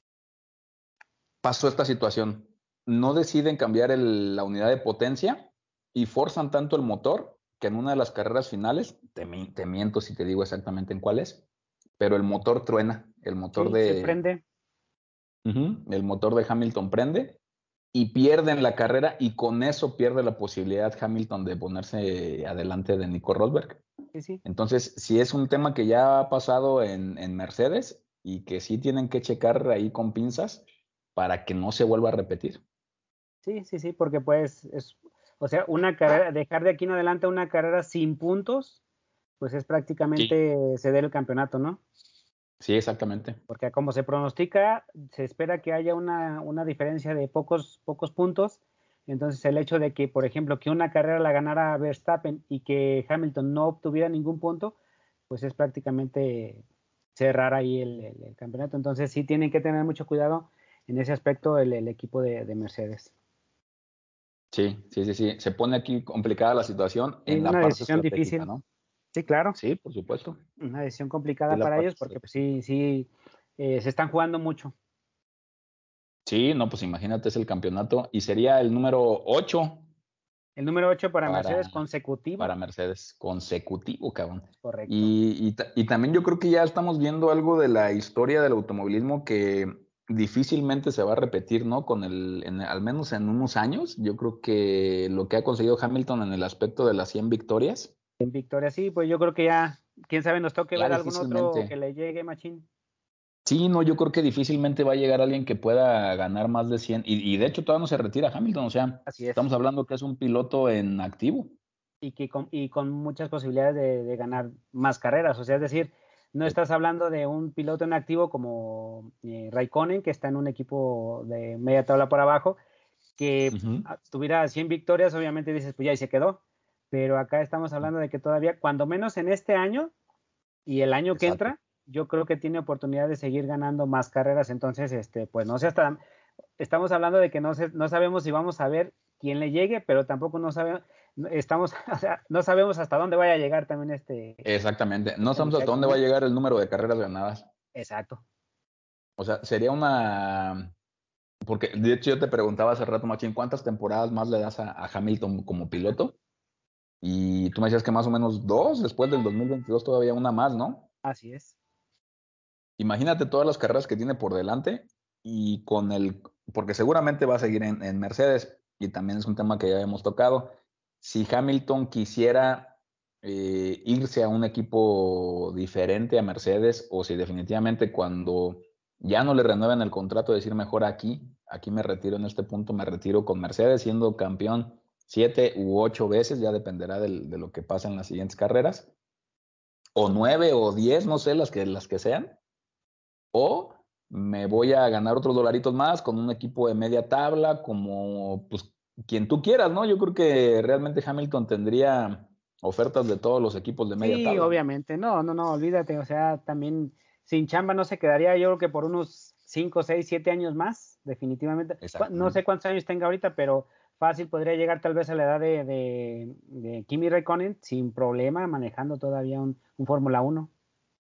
Pasó esta situación. No deciden cambiar el, la unidad de potencia y forzan tanto el motor que en una de las carreras finales, te, te miento si te digo exactamente en cuál es, pero el motor truena, el motor Sí, de... se prende. Uh-huh, el motor de Hamilton prende y pierden la carrera y con eso pierde la posibilidad Hamilton de ponerse adelante de Nico Rosberg. Sí, sí. Entonces, si es un tema que ya ha pasado en, en Mercedes y que sí tienen que checar ahí con pinzas para que no se vuelva a repetir. Sí, sí, sí, porque pues es, o sea, una carrera, dejar de aquí en adelante una carrera sin puntos, pues es prácticamente Sí, ceder el campeonato, ¿no? sí, exactamente. Porque como se pronostica, se espera que haya una, una diferencia de pocos, pocos puntos. Entonces el hecho de que, por ejemplo, que una carrera la ganara Verstappen y que Hamilton no obtuviera ningún punto, pues es prácticamente cerrar ahí el, el, el campeonato. Entonces sí tienen que tener mucho cuidado en ese aspecto el, el equipo de, de Mercedes. Sí, sí, sí, sí. Se pone aquí complicada la situación Sí, en la una parte decisión estratégica, difícil. ¿no? Sí, claro. Sí, por supuesto. Una decisión Sí, complicada la para parte ellos porque pues, sí, sí, eh, se están jugando mucho. Sí, no, pues imagínate, es el campeonato y sería el número ocho El número ocho para, para, Mercedes consecutivo. para Mercedes, consecutivo, cabrón. Correcto. Y, y, y también yo creo que ya estamos viendo algo de la historia del automovilismo que difícilmente se va a repetir, ¿no? Con el, en, al menos en unos años, yo creo que lo que ha conseguido Hamilton en el aspecto de las cien victorias. En victoria, sí, pues yo creo que ya, quién sabe, nos toque Ya ver algún otro difícilmente. que le llegue, machín. Sí, no, yo creo que difícilmente va a llegar alguien que pueda ganar más de cien. Y, y de hecho todavía no se retira Hamilton, o sea, Así es. estamos hablando que es un piloto en activo. Y, que con, y con muchas posibilidades de, de ganar más carreras. O sea, es decir, no Sí. estás hablando de un piloto en activo como eh, Raikkonen, que está en un equipo de media tabla por abajo, que Ujú. tuviera cien victorias, obviamente dices, pues ya ahí se quedó. Pero acá estamos hablando de que todavía, cuando menos en este año y el año que Exacto. entra, yo creo que tiene oportunidad de seguir ganando más carreras. Entonces, este, pues no sé hasta, estamos hablando de que no, se, no sabemos si vamos a ver quién le llegue, pero tampoco no sabemos, estamos, o sea, no sabemos hasta dónde vaya a llegar también este, Exactamente. No este sabemos hasta muchacho, dónde va a ¿no? llegar el número de carreras ganadas. Exacto. O sea, sería una... Porque de hecho yo te preguntaba hace rato, Machín, ¿cuántas temporadas más le das a, a Hamilton como piloto? Y tú me decías que más o menos dos, después del dos mil veintidós todavía una más, ¿no? Así es. Imagínate todas las carreras que tiene por delante y con el, porque seguramente va a seguir en, en Mercedes y también es un tema que ya hemos tocado. Si Hamilton quisiera eh, irse a un equipo diferente a Mercedes o si definitivamente cuando ya no le renueven el contrato decir mejor aquí, aquí me retiro en este punto, me retiro con Mercedes siendo campeón siete u ocho veces, ya dependerá del, de lo que pasa en las siguientes carreras, o nueve o diez, no sé, las que, las que sean o me voy a ganar otros dolaritos más con un equipo de media tabla, como pues quien tú quieras, ¿no? Yo creo que realmente Hamilton tendría ofertas de todos los equipos de media Sí, tabla. obviamente. No, no, no, olvídate. O sea, también sin chamba no se quedaría, yo creo que por unos cinco, seis, siete años más, definitivamente. Cu- No sé Exactamente. cuántos años tenga ahorita, pero fácil podría llegar tal vez a la edad de, de, de Kimi Raikkonen sin problema, manejando todavía un, un Fórmula uno.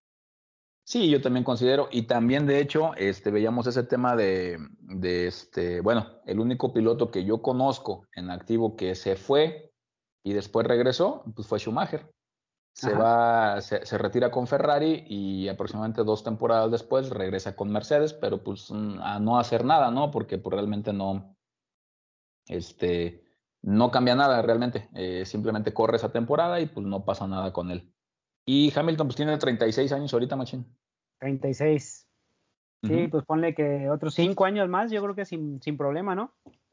Sí, yo también considero, y también de hecho, este, veíamos ese tema de, de este, bueno, el único piloto que yo conozco en activo que se fue y después regresó, pues fue Schumacher. Se Ajá. va, se, se retira con Ferrari y aproximadamente dos temporadas después regresa con Mercedes, pero pues mm, a no hacer nada, ¿no? Porque pues realmente no, este, no cambia nada realmente. Eh, simplemente corre esa temporada y pues no pasa nada con él. Y Hamilton pues tiene treinta y seis años ahorita, machín. treinta y seis. Sí, Ujú. pues ponle que otros cinco años más, yo creo que sin, sin problema, ¿no?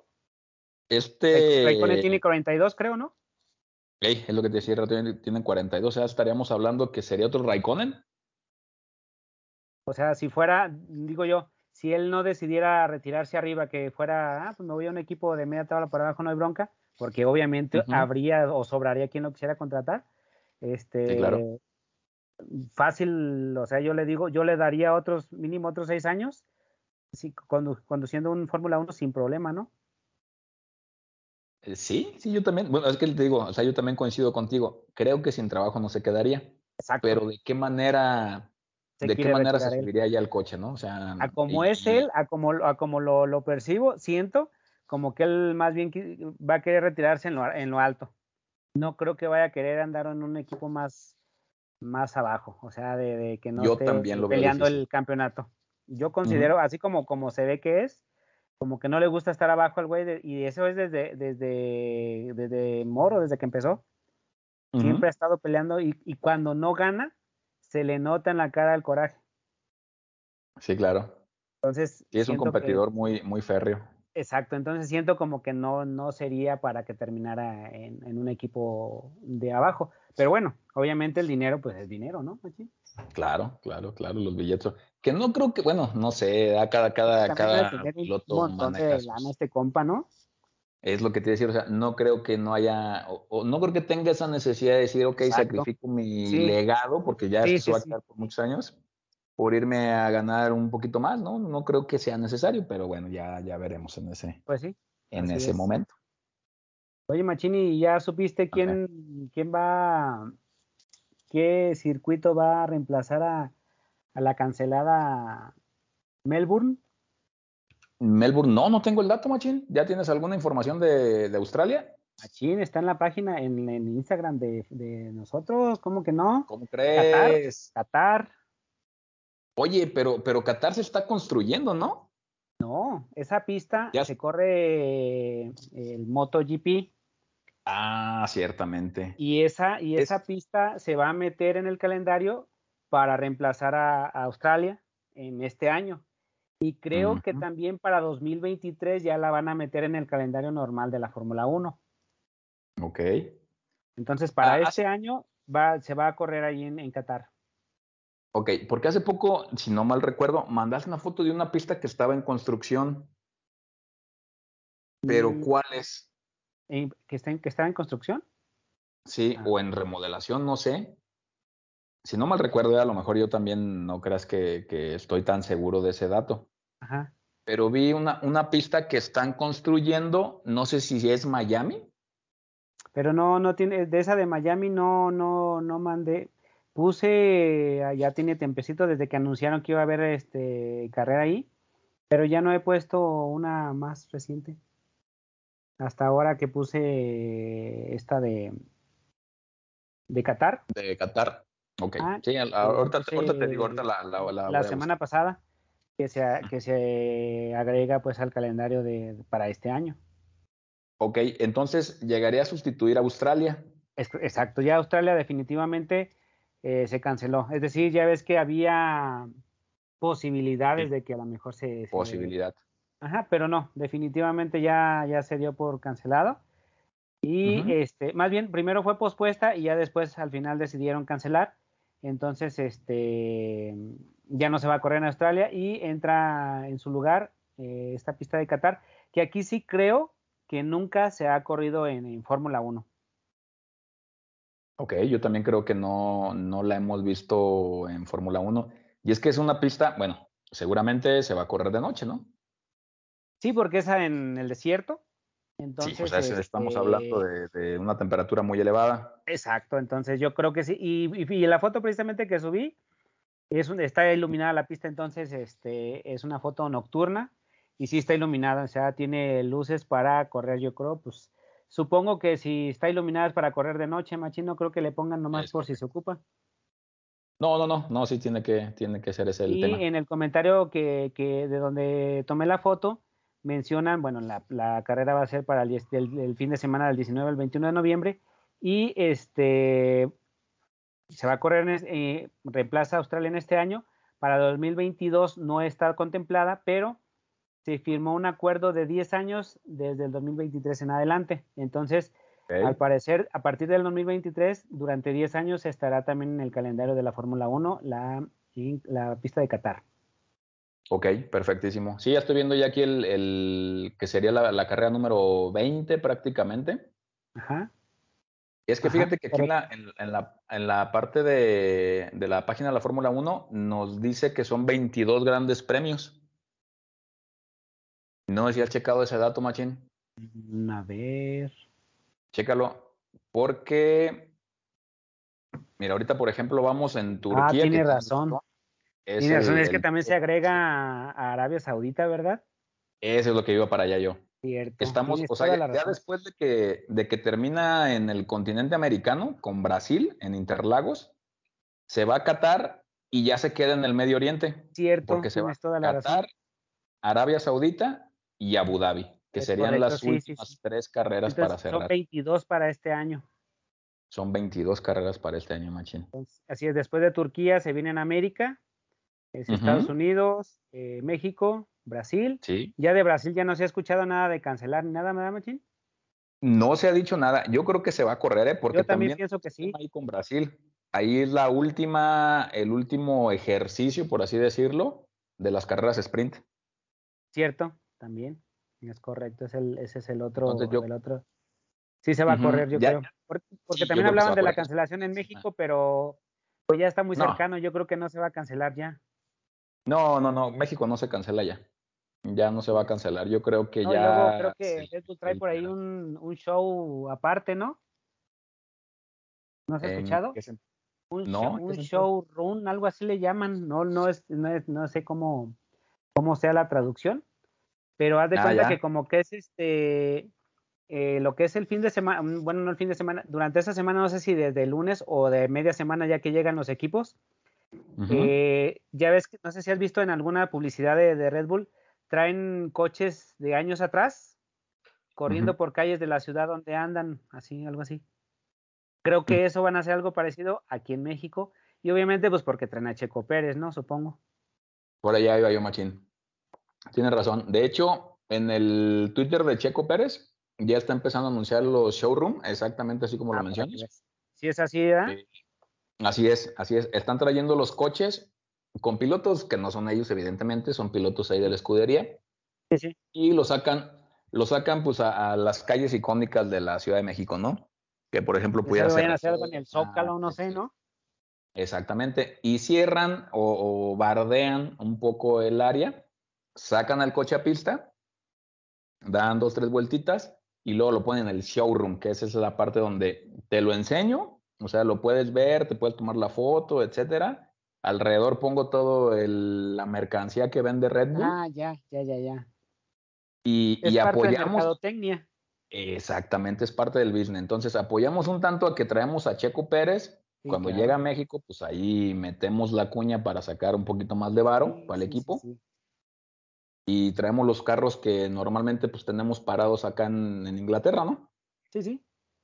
Raik- Raikkonen tiene Este, cuarenta y dos, creo, ¿no? hey, es lo que te decía, tiene, tiene cuarenta y dos, o sea, estaríamos hablando que sería otro Raikkonen. O sea, si fuera, digo yo, si él no decidiera retirarse arriba, que fuera, ah, pues me voy a un equipo de media tabla para abajo, no hay bronca, porque obviamente Ujú. habría o sobraría quien lo quisiera contratar. Sí, claro. Este, fácil, o sea, yo le digo, yo le daría otros, mínimo otros seis años, sí, condu- conduciendo un Fórmula uno sin problema, ¿no? Eh, Sí, sí, yo también. Bueno, es que te digo, o sea, yo también coincido contigo. Creo que sin trabajo no se quedaría, Exacto. pero ¿de qué manera, Se de qué quiere manera se retirar él. subiría ya al coche, ¿no? O sea, A como y, es él, y a como, a como lo, lo percibo, siento como que él más bien qui- va a querer retirarse en lo, en lo alto. No creo que vaya a querer andar en un equipo más, más abajo, o sea, de, de que no yo esté también lo veo peleando difícil. el campeonato. Yo Ujú, considero, así como, como se ve que es, como que no le gusta estar abajo al güey, de- y eso es desde, desde, desde Moro, desde que empezó. Siempre ha ujú. estado peleando y, y cuando no gana, se le nota en la cara el coraje. Sí, claro. Entonces, Sí, es un siento que competidor muy, muy férreo. exacto, entonces siento como que no, no sería para que terminara en, en un equipo de abajo. Pero bueno, obviamente el dinero, pues es dinero, ¿no, Machín? Claro, claro, claro, los billetes. Que no creo que, bueno, no sé, a cada, No, cada, también debe cada tener un piloto montón maneja de lana sus. este compa, ¿no? Es lo que te decía, o sea, no creo que no haya, o, o no creo que tenga esa necesidad de decir, ok, Exacto. sacrifico mi Sí, legado, porque ya sí, esto se sí, va a sí. quedar por muchos años, por irme a ganar un poquito más, ¿no? No creo que sea necesario, pero bueno, ya, ya veremos en ese, Pues sí, en así ese es. momento. Oye, Machini, ¿ya supiste Ajá. quién, quién va, qué circuito va a reemplazar a, a la cancelada Melbourne? Melbourne, no, no tengo el dato, machín. ¿Ya tienes alguna información de, de Australia? Machín, está en la página, en, en Instagram de, de nosotros, ¿cómo que no? ¿Cómo Qatar, crees? Qatar, Oye, pero, pero Qatar se está construyendo, ¿no? no, esa pista Ya. se corre el MotoGP Ah, ciertamente. y esa, y Es, esa pista se va a meter en el calendario para reemplazar a, a Australia en este año. Y creo que ujú, también para dos mil veintitrés ya la van a meter en el calendario normal de la Fórmula uno. ok. Entonces, Ah, para hace- este año va, se va a correr ahí en, en Qatar. ok, porque hace poco, si no mal recuerdo, mandaste una foto de una pista que estaba en construcción, pero Mm, ¿cuál es? ¿Que, está en, que está en construcción? Sí, Ah, o en remodelación, no sé. Si no mal recuerdo, a lo mejor yo también no creas que, que estoy tan seguro de ese dato. ajá. Pero vi una, una pista que están construyendo, no sé si es Miami. Pero no, no tiene, de esa de Miami no, no, no mandé. Puse, ah, ya tiene tiempecito desde que anunciaron que iba a haber este carrera ahí, pero ya no he puesto una más reciente. Hasta ahora que puse esta de, de Qatar. De Qatar. Ok. Ah, Sí, al- eh, ahorita, te- ahorita te digo, ahorita puse la, la, la la voy a semana buscar. pasada que se, que se agrega pues al calendario de, para este año. Ok, entonces llegaría a sustituir a Australia. Es- exacto, ya Australia definitivamente eh, se canceló. Es decir, ya ves que había posibilidades Sí. de que a lo mejor se, se... Posibilidad. Ajá, pero no, definitivamente ya, ya se dio por cancelado. Y Ujú. este, más bien, primero fue pospuesta y ya después al final decidieron cancelar. Entonces, este, ya no se va a correr en Australia y entra en su lugar eh, esta pista de Qatar, que aquí sí creo que nunca se ha corrido en, en Fórmula uno. Ok, yo también creo que no, no la hemos visto en Fórmula Uno. Y es que es una pista, bueno, seguramente se va a correr de noche, ¿no? Sí, porque es en el desierto. Sí, pues Entonces, es- estamos hablando este, de, de una temperatura muy elevada. exacto, entonces yo creo que sí. Y, y, y la foto precisamente que subí es un, está iluminada la pista, entonces este, es una foto nocturna y sí está iluminada, o sea, tiene luces para correr, yo creo, pues supongo que si está iluminada es para correr de noche, machín, no creo que le pongan nomás Es por si se correcto. ocupa. No, no, no, no, sí tiene que, tiene que ser ese el Y tema. en el comentario que, que de donde tomé la foto, mencionan, bueno, la, la carrera va a ser para el, el, el, fin de semana del diecinueve al veintiuno de noviembre y este se va a correr, en, eh, reemplaza a Australia en este año. Para dos mil veintidós no está contemplada, pero se firmó un acuerdo de diez años desde el dos mil veintitrés en adelante. Entonces, al Ok, parecer, a partir del dos mil veintitrés, durante diez años estará también en el calendario de la Fórmula uno la, la pista de Qatar. ok, perfectísimo. Sí, ya estoy viendo ya aquí el, el que sería la, la carrera número veinte prácticamente. Ajá, Es que ajá, fíjate que aquí en correcto. la, en, en la, en la parte de, de la página de la Fórmula Uno nos dice que son veintidós grandes premios. No sé si has checado ese dato, Machín. Mm, A ver. Chécalo. Porque, mira, ahorita, por ejemplo, vamos en Ah, Turquía, que tiene tienes razón. razón, es Tiene razón, el, es que el también se número agrega quince. a Arabia Saudita, ¿verdad? Ese es lo que iba para allá yo. Cierto, Estamos, tienes o sea, toda ya, la ya razón. después de que, de que termina en el continente americano, con Brasil, en Interlagos, se va a Qatar y ya se queda en el Medio Oriente, Cierto, porque se va tienes toda la Qatar, razón. Arabia Saudita y Abu Dhabi, que Es serían correcto, las sí, sí, sí. últimas tres carreras para Entonces, son cerrar. veintidós para este año. Son veintidós carreras para este año, Machín. Entonces, así es, después de Turquía se viene en América, es Estados Ujú, Unidos, eh, México, Brasil. sí. Ya de Brasil ya no se ha escuchado nada de cancelar ni nada, ¿verdad, Machín? No se ha dicho nada. Yo creo que se va a correr, ¿eh? Porque Yo también también pienso que es tema sí, ahí con Brasil. Ahí es la última, el último ejercicio, por así decirlo, de las carreras sprint. cierto, también. Es correcto, es el, ese es el Entonces otro, yo, el otro. Sí se va a ujú, correr, yo ya, creo. Porque, porque sí, yo también creo que se va hablaban a de la correr. cancelación en México, pero pues ya está muy No, cercano, yo creo que no se va a cancelar ya. no, no, no. México no se cancela ya. Ya no se va a Cierto. cancelar. Yo creo que No, y luego ya creo se, que Red Bull se trae por ahí liberan. un, un show aparte, ¿no? ¿No has ¿En escuchado? qué sen- Un, show, No, ¿en qué un sentido? showrun, algo así le llaman. No, no es, no es, no sé cómo, cómo sea la traducción, pero haz de Ah, cuenta que ya. como que es este, eh, lo que es el fin de semana, bueno, no el fin de semana, durante esta semana, no sé si desde el lunes o de media semana ya que llegan los equipos, Ujú. eh, ya ves, que no sé si has visto en alguna publicidad de, de Red Bull, traen coches de años atrás Ujú. corriendo por calles de la ciudad donde andan, así, algo así. Creo que eso van a hacer algo parecido aquí en México y obviamente pues porque traen a Checo Pérez, ¿no? Supongo. Por allá iba yo, machín. Tienes razón. De hecho, en el Twitter de Checo Pérez ya está empezando a anunciar los showroom, exactamente así como lo Ah, para que mencionas. veas. Si es así, ¿verdad? Eh, así es, así es. Están trayendo los coches con pilotos que no son ellos, evidentemente, son pilotos ahí de la escudería Sí, sí. y lo sacan, lo sacan pues a, a las calles icónicas de la Ciudad de México, ¿no? Que por ejemplo Quién sabe, pudiera ser vayan a hacer algo en el Reforma, Zócalo, no sé, etcétera. ¿no? Exactamente. Y cierran o, o bardean un poco el área, sacan al coche a pista, dan dos, tres vueltitas y luego lo ponen en el showroom, que esa es la parte donde te lo enseño, o sea, lo puedes ver, te puedes tomar la foto, etcétera. Alrededor pongo todo el- la mercancía que vende Red Bull Ah, ya, ya, ya, ya. y, Es y parte de apoyamos, mercadotecnia. exactamente, es parte del business. Entonces apoyamos un tanto a que traemos a Checo Pérez. Sí, Cuando llega claro. a México, pues ahí metemos la cuña para sacar un poquito más de varo Sí, para el sí, sí, equipo sí. y traemos los carros que normalmente pues tenemos parados acá en, en Inglaterra, ¿no? Sí, sí.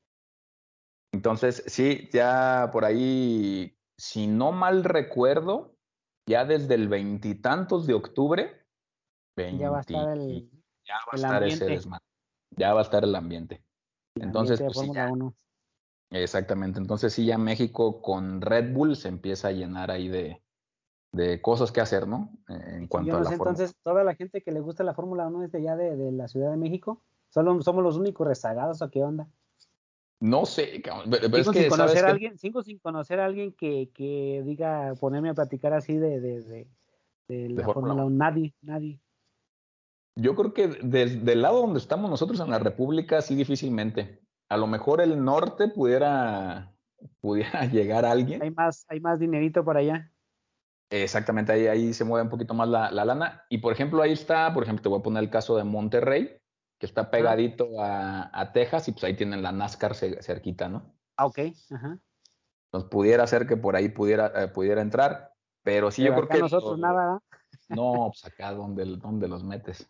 Entonces, sí, ya por ahí, si no mal recuerdo, ya desde el veintitantos de octubre, Ya va a estar veinte, el, ya va a el estar ese ambiente, desmadre, ya va a estar el ambiente. el Entonces, ambiente de pues sí, ya, Fórmula Uno. exactamente. Entonces, sí, ya México con Red Bull se empieza a llenar ahí de, de cosas que hacer, ¿no? Eh, En Y yo cuanto a no la sé, Fórmula. entonces, toda la gente que le gusta la Fórmula Uno es de allá de, de la Ciudad de México. Solo somos los únicos rezagados, ¿o qué onda? No sé, cabrón, pero pero es Sigo sin que, ¿sabes conocer a qué? alguien, sigo sin conocer a alguien que, que diga, ponerme a platicar así de, de, de, de De la Fórmula Fórmula Uno. Uno. Nadie, nadie. Yo creo que desde el lado donde estamos nosotros en la República, sí difícilmente. A lo mejor el norte pudiera, pudiera llegar a Hay alguien. más, hay más dinerito por allá. Exactamente, ahí, ahí se mueve un poquito más la, la lana. Y por ejemplo, ahí está, por ejemplo, te voy a poner el caso de Monterrey, que está Ajá. pegadito a, a Texas y pues ahí tienen la NASCAR ce- cerquita, ¿no? Ah, ok. Ajá. Entonces pudiera ser que por ahí pudiera, eh, pudiera entrar, pero sí yo Pero creo acá que nosotros lo- nada, ¿verdad? no, pues acá donde, donde los metes.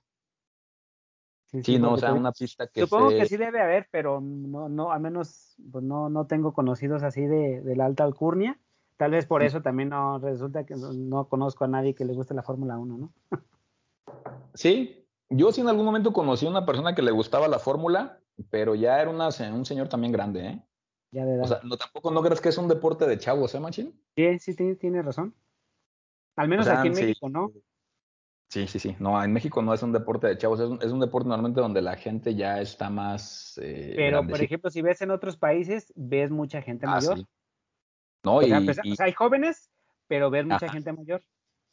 Sí, sí, Sí, no, o porque sea, te- una pista que supongo que se... sí debe haber, pero no, no, al menos pues no, no tengo conocidos así de, de la alta alcurnia. Tal vez por eso también no resulta que no, no conozco a nadie que le guste la Fórmula Uno, ¿no? Sí, yo sí en algún momento conocí a una persona que le gustaba la fórmula, pero ya era una, se- un señor también grande, ¿eh? Ya de O edad. sea, no, tampoco no crees que es un deporte de chavos, ¿eh, machín? Sí, sí, tiene, tiene razón. Al O menos aquí sea, en sí, México, ¿no? sí, sí, sí. No, en México no es un deporte de chavos, es un, es un deporte normalmente donde la gente ya está más eh, Pero, por grandecita. ejemplo, si ves en otros países, ves mucha gente Ah, mayor. sí. No, O sea, y, pesa- o y sea, hay jóvenes, pero ves mucha ajá, gente mayor.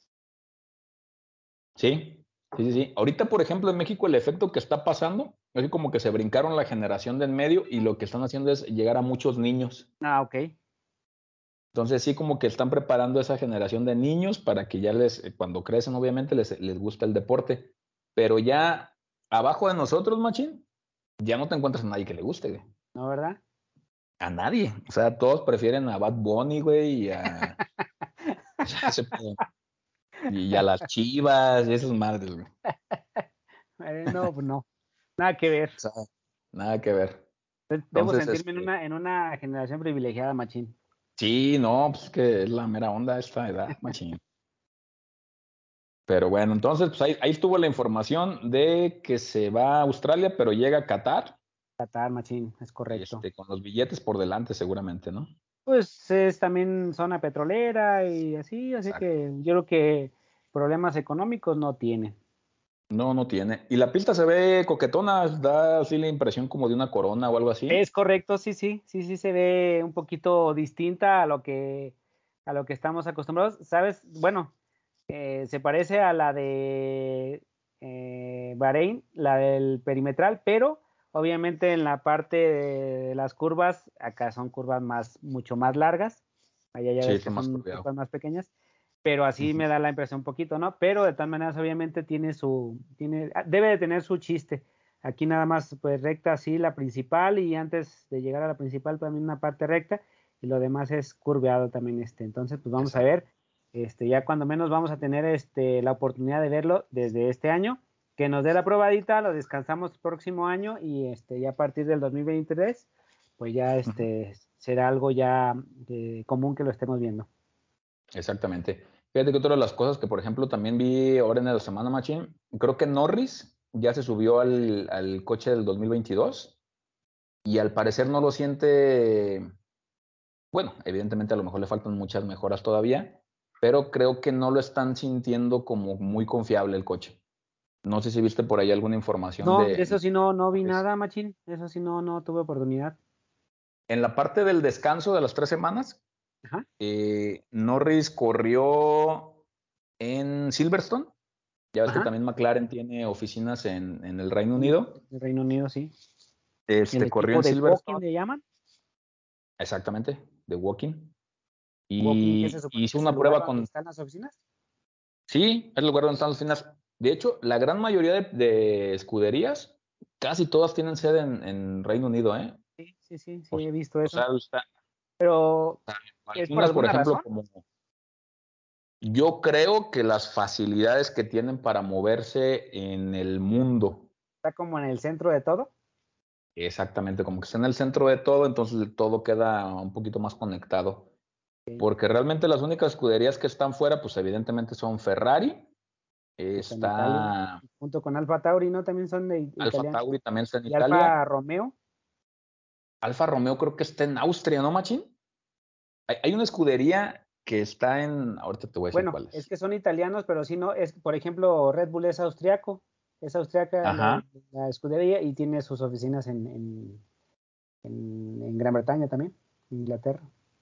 sí, sí, sí, sí. Ahorita, por ejemplo, en México el efecto que está pasando es que como que se brincaron la generación de en medio y lo que están haciendo es llegar a muchos niños. Ah, ok. Entonces sí como que están preparando esa generación de niños para que ya les, eh, cuando crecen obviamente les, les gusta el deporte, pero ya abajo de nosotros, machín, ya no te encuentras a nadie que le guste, güey. ¿No, verdad? A nadie. O sea, todos prefieren a Bad Bunny, güey, y a, o sea, ese pedo. Y, y a las Chivas y esas madres, güey. Eh, no, pues no. Nada que ver. O sea, nada que ver. De- Debo Entonces, sentirme en este, una, en una generación privilegiada, machín. sí, no, pues que es la mera onda esta edad, machín. Pero bueno, entonces, pues ahí, ahí estuvo la información de que se va a Australia, pero llega a Qatar. Qatar, machín, es correcto. Este, con los billetes por delante seguramente, ¿no? Pues es también zona petrolera y así, así Exacto. que yo creo que problemas económicos no tiene. No, no tiene. Y la pista se ve coquetona, da así la impresión como de una corona o algo así. Es correcto, sí, sí, sí, sí se ve un poquito distinta a lo que a lo que estamos acostumbrados. ¿Sabes? Bueno, eh, se parece a la de eh, Bahrein, la del perimetral, pero obviamente en la parte de las curvas, acá son curvas más, mucho más largas. Allá ya Sí, ves que está más son curviado. curvas más pequeñas, pero así Ujú. me da la impresión un poquito, ¿no? Pero de todas maneras, obviamente tiene su, tiene, debe de tener su chiste. Aquí nada más pues recta así la principal y antes de llegar a la principal también una parte recta y lo demás es curveado también este. Entonces pues vamos Exacto. a ver, este ya cuando menos vamos a tener este la oportunidad de verlo desde este año, que nos dé la probadita, lo descansamos el próximo año y este ya a partir del dos mil veintitrés pues ya este uh-huh. será algo ya de común que lo estemos viendo. Exactamente. Fíjate que otra de las cosas que por ejemplo también vi ahora en la semana Machín, creo que Norris ya se subió al, al coche del dos mil veintidós y al parecer no lo siente, bueno, evidentemente a lo mejor le faltan muchas mejoras todavía, pero creo que no lo están sintiendo como muy confiable el coche. No sé si viste por ahí alguna información no, de... de eso sí no, no vi nada, Machín, eso sí no, no tuve oportunidad. En la parte del descanso de las tres semanas, Ajá. Eh, Norris corrió en Silverstone. Ya ves Ajá. que también McLaren tiene oficinas en, en el Reino Unido. En el Reino Unido, sí. Este, ¿El corrió en de Silverstone. Walking le llaman? Exactamente, de Walking. Y Walking, ¿qué se supone hizo que es una el prueba lugar con... donde están las oficinas? Sí, es el lugar donde están las oficinas. De hecho, la gran mayoría de, de escuderías, casi todas tienen sede en, en Reino Unido, ¿eh? Sí, sí, sí, sí, he visto eso. O sea, está, Pero, ¿es por alguna por ejemplo, razón? como... Yo creo que las facilidades que tienen para moverse en el mundo. ¿Está como en el centro de todo? Exactamente, como que está en el centro de todo, entonces todo queda un poquito más conectado. Sí. Porque realmente las únicas escuderías que están fuera, pues evidentemente son Ferrari, pues está... Italia, junto con Alfa Tauri, ¿no? También son de Alfa Tauri también está en ¿Y Italia. Alfa Romeo? Alfa Romeo creo que está en Austria, ¿no, Machín? Hay, hay una escudería que está en... Ahorita te voy a decir bueno, cuál es. es que son italianos, pero sí, no, es, por ejemplo, Red Bull es austriaco, es austriaca la, la, escudería y tiene sus oficinas en, en, en, en Gran Bretaña también, Inglaterra.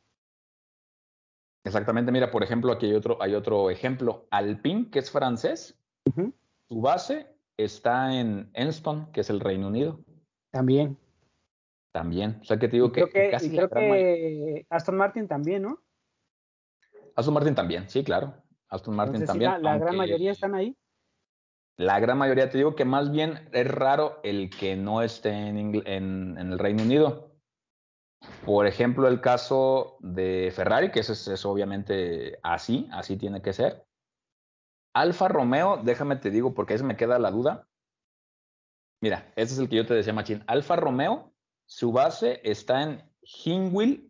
Exactamente, mira, por ejemplo, aquí hay otro, hay otro ejemplo. Alpine, que es francés, uh-huh. su base está en Enston, que es el Reino Unido. También. También. O sea que te digo y creo que, que, que casi y creo que Aston Martin también, ¿no? Aston Martin también, sí, claro. Aston Martin Entonces, también. Sí, la, la gran mayoría están ahí. La gran mayoría, te digo que más bien es raro el que no esté en, en, en el Reino Unido. Por ejemplo, el caso de Ferrari, que eso es, es obviamente así, así tiene que ser. Alfa Romeo, déjame te digo, porque ahí se me queda la duda. Mira, ese es el que yo te decía, Machín. Alfa Romeo, su base está en Hinwil,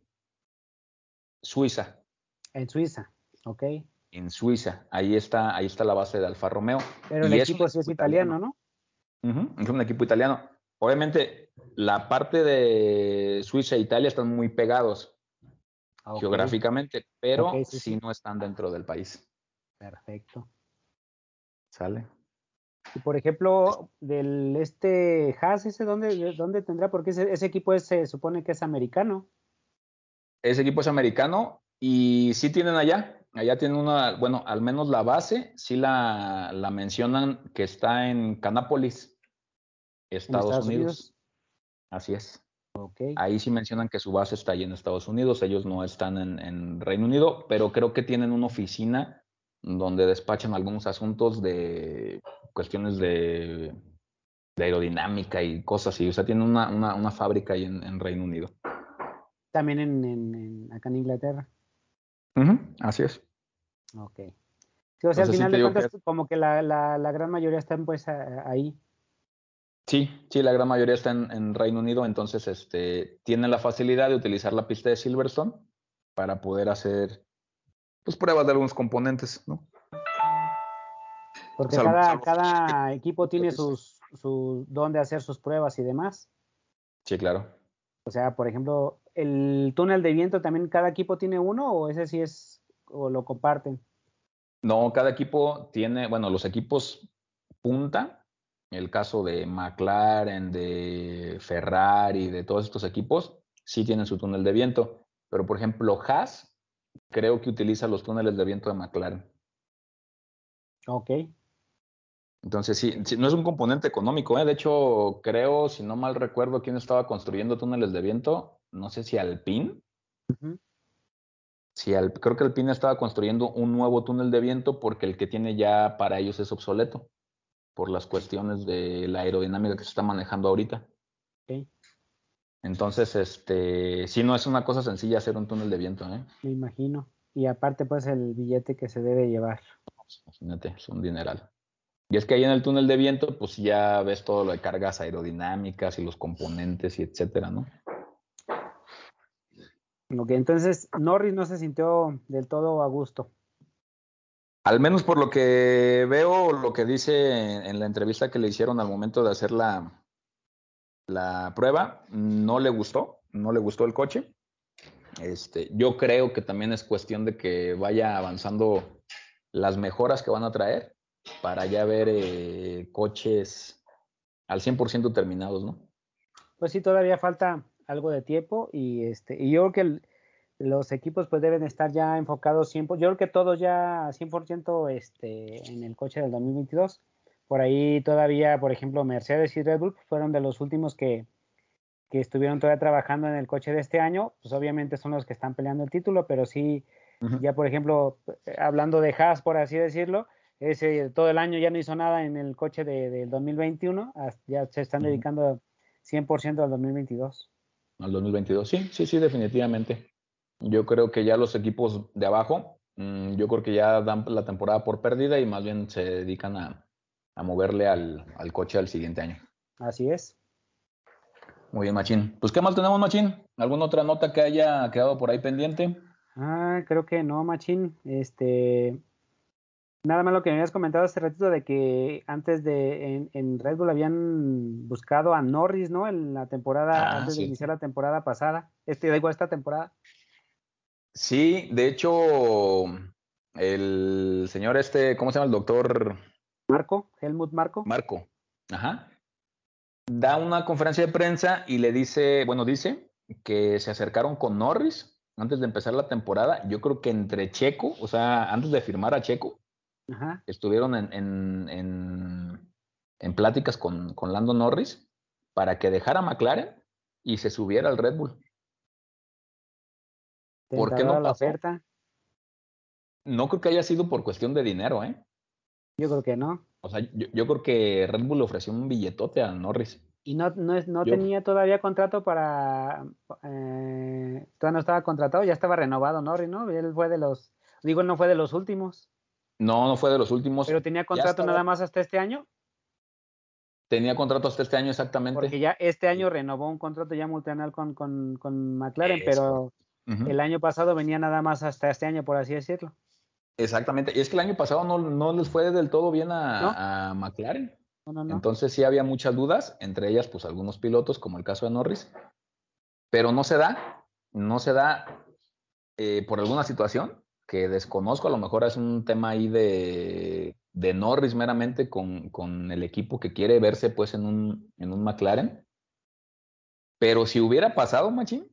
Suiza. En Suiza, ok. En Suiza, ahí está, ahí está la base de Alfa Romeo. Pero el y equipo es sí es italiano, italiano ¿no? Uh-huh, es un equipo italiano. Obviamente, la parte de Suiza e Italia están muy pegados okay. geográficamente, pero okay, sí, sí, sí no están dentro del país. Perfecto. ¿Sale? Y por ejemplo, del este Haas, ¿ese dónde, dónde tendrá? Porque ese, ese equipo es, se supone que es americano. Ese equipo es americano y sí tienen allá, allá tienen una, bueno, al menos la base, sí la, la mencionan que está en Canápolis, Estados, Estados Unidos. Unidos. Así es. Okay. Ahí sí mencionan que su base está ahí en Estados Unidos, ellos no están en, en Reino Unido, pero creo que tienen una oficina donde despachan algunos asuntos de cuestiones de, de aerodinámica y cosas así. O sea, tienen una, una, una fábrica ahí en, en Reino Unido. También en, en, en acá en Inglaterra. Uh-huh, así es. Ok. Sí, o sea, Entonces, al final sí de cuentas, que... como que la, la, la gran mayoría están pues a, ahí. Sí, sí, la gran mayoría está en, en Reino Unido, entonces este, tienen la facilidad de utilizar la pista de Silverstone para poder hacer pues, pruebas de algunos componentes, ¿no? Porque salvo, cada, salvo cada equipo tiene sus, sus dónde hacer sus pruebas y demás. Sí, claro. O sea, por ejemplo, el túnel de viento también cada equipo tiene uno o ese sí es o lo comparten. No, cada equipo tiene, bueno, los equipos punta, el caso de McLaren, de Ferrari, de todos estos equipos, sí tienen su túnel de viento. Pero, por ejemplo, Haas creo que utiliza los túneles de viento de McLaren. Ok. Entonces, sí, sí, no es un componente económico, ¿eh? De hecho, creo, si no mal recuerdo, quién estaba construyendo túneles de viento, no sé si Alpine. Uh-huh. Sí, al, creo que Alpine estaba construyendo un nuevo túnel de viento porque el que tiene ya para ellos es obsoleto. por las cuestiones de la aerodinámica que se está manejando ahorita. Okay. Entonces, este, sí, no es una cosa sencilla hacer un túnel de viento, ¿eh? Me imagino. Y aparte, pues, el billete que se debe llevar. Imagínate, es un dineral. Y es que ahí en el túnel de viento, pues ya ves todo lo de cargas aerodinámicas y los componentes y etcétera, ¿no? Ok, entonces Norris no se sintió del todo a gusto. Al menos por lo que veo, lo que dice en, en la entrevista que le hicieron al momento de hacer la, la prueba, no le gustó, no le gustó el coche. Este, yo creo que también es cuestión de que vaya avanzando las mejoras que van a traer para ya ver eh, coches al cien por ciento terminados, ¿no? Pues sí, todavía falta algo de tiempo y este y yo creo que el, los equipos pues deben estar ya enfocados cien por ciento, yo creo que todos ya cien por ciento este, en el coche del dos mil veintidós. Por ahí todavía, por ejemplo, Mercedes y Red Bull fueron de los últimos que, que estuvieron todavía trabajando en el coche de este año. Pues obviamente son los que están peleando el título, pero sí, uh-huh. Ya por ejemplo, hablando de Haas, por así decirlo, ese todo el año ya no hizo nada en el coche de, del dos mil veintiuno, ya se están uh-huh. dedicando cien por ciento al dos mil veintidós. Al dos mil veintidós, sí, sí, sí, definitivamente. Yo creo que ya los equipos de abajo, mmm, yo creo que ya dan la temporada por perdida y más bien se dedican a, a moverle al, al coche al siguiente año. Así es. Muy bien, Machín. Pues, ¿qué más tenemos, Machín? ¿Alguna otra nota que haya quedado por ahí pendiente? Ah, creo que no, Machín. Este, nada más lo que me habías comentado hace ratito de que antes de en, en Red Bull habían buscado a Norris, ¿no? En la temporada, ah, antes sí. de iniciar la temporada pasada. Este, digo, esta temporada. Sí, de hecho, el señor este, ¿cómo se llama? El doctor Marco, Helmut Marco. Marco, ajá. Da una conferencia de prensa y le dice, bueno, dice que se acercaron con Norris antes de empezar la temporada. Yo creo que entre Checo, o sea, antes de firmar a Checo, ajá. Estuvieron en, en, en, en pláticas con, con Lando Norris para que dejara McLaren y se subiera al Red Bull. ¿Por qué no pasó? La oferta? No creo que haya sido por cuestión de dinero, ¿eh? Yo creo que no. O sea, yo, yo creo que Red Bull le ofreció un billetote a Norris. Y no, no, es, no tenía todavía contrato para... Eh, todavía no estaba contratado, ya estaba renovado Norris, ¿no? Él fue de los... Digo, él no fue de los últimos. No, no fue de los últimos. ¿Pero tenía contrato estaba, nada más hasta este año? Tenía contrato hasta este año, exactamente. Porque ya este año renovó un contrato ya multianual con, con, con McLaren, Eso. pero uh-huh. el año pasado venía nada más hasta este año, por así decirlo. Exactamente. Y es que el año pasado no, no les fue del todo bien a, ¿no? a McLaren. No, no, no. Entonces sí había muchas dudas, entre ellas pues algunos pilotos, como el caso de Norris. Pero no se da, no se da eh, por alguna situación que desconozco. A lo mejor es un tema ahí de, de Norris meramente con, con el equipo que quiere verse pues en un, en un McLaren. Pero si hubiera pasado, Machín,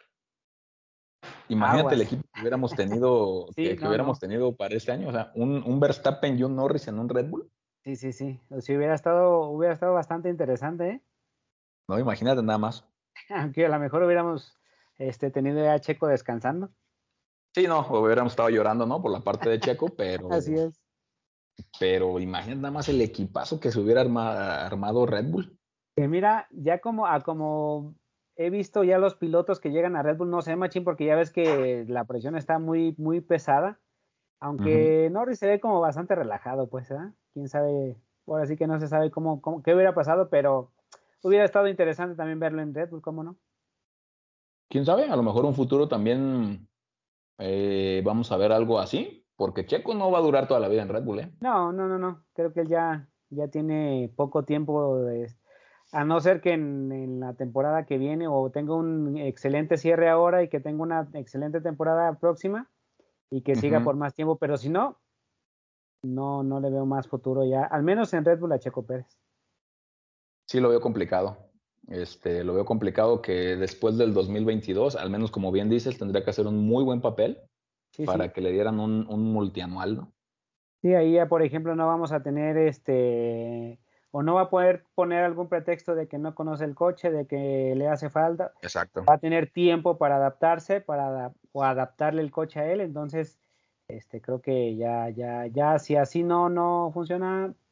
imagínate Aguas. El equipo que hubiéramos tenido, sí, que, que no, hubiéramos no. tenido para este año, o sea, un, un Verstappen y un Norris en un Red Bull. Sí, sí, sí. O sea, hubiera estado, hubiera estado bastante interesante, ¿eh? No, imagínate nada más. Aunque a lo mejor hubiéramos este, tenido a Checo descansando. Sí, no, hubiéramos estado llorando, ¿no? Por la parte de Checo, pero. Así es. Pero imagínate nada más el equipazo que se hubiera arma, armado Red Bull. Que mira, ya como a como he visto ya los pilotos que llegan a Red Bull, no sé, Machín, porque ya ves que la presión está muy, muy pesada. Aunque uh-huh. Norris se ve como bastante relajado, pues, ¿eh? Quién sabe, ahora sí que no se sabe cómo, cómo, qué hubiera pasado, pero hubiera estado interesante también verlo en Red Bull, ¿cómo no? Quién sabe, a lo mejor un futuro también eh, vamos a ver algo así, porque Checo no va a durar toda la vida en Red Bull, ¿eh? No, no, no, no, creo que él ya, ya tiene poco tiempo, de, a no ser que en, en la temporada que viene o tenga un excelente cierre ahora y que tenga una excelente temporada próxima y que siga uh-huh. por más tiempo, pero si no, no, no le veo más futuro ya, al menos en Red Bull a Checo Pérez. Sí, lo veo complicado. Este, lo veo complicado que después del dos mil veintidós, al menos como bien dices, tendría que hacer un muy buen papel sí, para sí. que le dieran un, un multianual, ¿no? Sí, ahí ya, por ejemplo, no vamos a tener este, o no va a poder poner algún pretexto de que no conoce el coche, de que le hace falta. Exacto. Va a tener tiempo para adaptarse, para o adaptarle el coche a él, entonces, este, creo que ya, ya, ya, si así no, no funciona,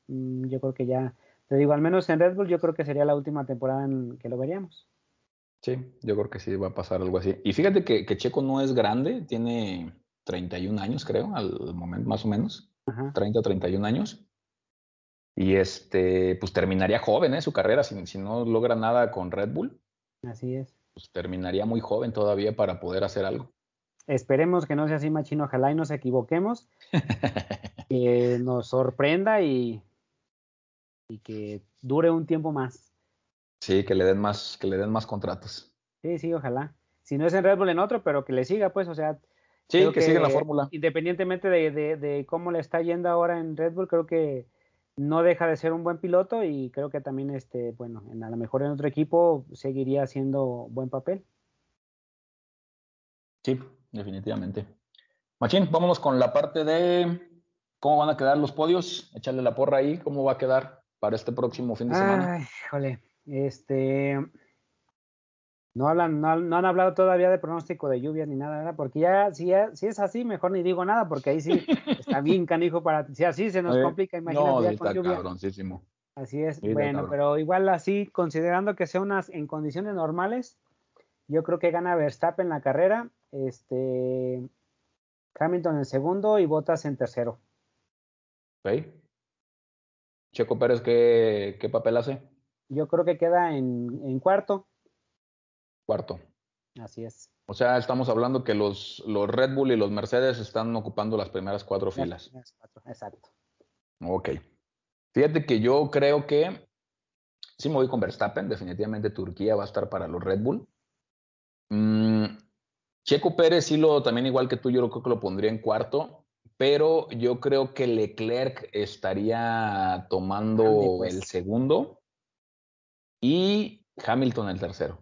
yo creo que ya, te digo, al menos en Red Bull, yo creo que sería la última temporada en que lo veríamos. Sí, yo creo que sí va a pasar algo así. Y fíjate que, que Checo no es grande, tiene treinta y un años, creo, al momento, más o menos. Ajá. treinta o treinta y un años. Y este, pues terminaría joven, ¿eh? Su carrera, si, si no logra nada con Red Bull. Así es. Pues terminaría muy joven todavía para poder hacer algo. Esperemos que no sea así, machino, ojalá y nos equivoquemos, que nos sorprenda y, y que dure un tiempo más. Sí, que le den más, que le den más contratos. Sí, sí, ojalá. Si no es en Red Bull, en otro, pero que le siga, pues, o sea. Sí, Creo que que siga en la fórmula. independientemente de, de, de cómo le está yendo ahora en Red Bull, creo que no deja de ser un buen piloto y creo que también, este, bueno, en, a lo mejor en otro equipo seguiría haciendo buen papel. Sí, definitivamente. Machín, vámonos con la parte de cómo van a quedar los podios. Échale la porra ahí, cómo va a quedar para este próximo fin de semana. Ay, híjole, este, no hablan, no, no han hablado todavía de pronóstico de lluvias ni nada, ¿verdad? Porque ya si, ya, si es así, mejor ni digo nada, porque ahí sí está bien canijo para, si así se nos Oye, complica, imagínate no, ya sí con está lluvia. cabroncísimo. Así es, Sí, bueno, pero igual así, considerando que sea unas en condiciones normales, yo creo que gana Verstappen la carrera, este, Hamilton en segundo y Bottas en tercero. Ok. Checo Pérez, ¿qué, qué papel hace? Yo creo que queda en, en cuarto. Cuarto. Así es. O sea, estamos hablando que los, los Red Bull y los Mercedes están ocupando las primeras cuatro Las filas. primeras cuatro, exacto. Ok. Fíjate que yo creo que sí me voy con Verstappen. Definitivamente Turquía va a estar para los Red Bull. Mm, Checo Pérez sí lo, también igual que tú, yo creo que lo pondría en cuarto, pero yo creo que Leclerc estaría tomando Ande, pues. el segundo y Hamilton el tercero.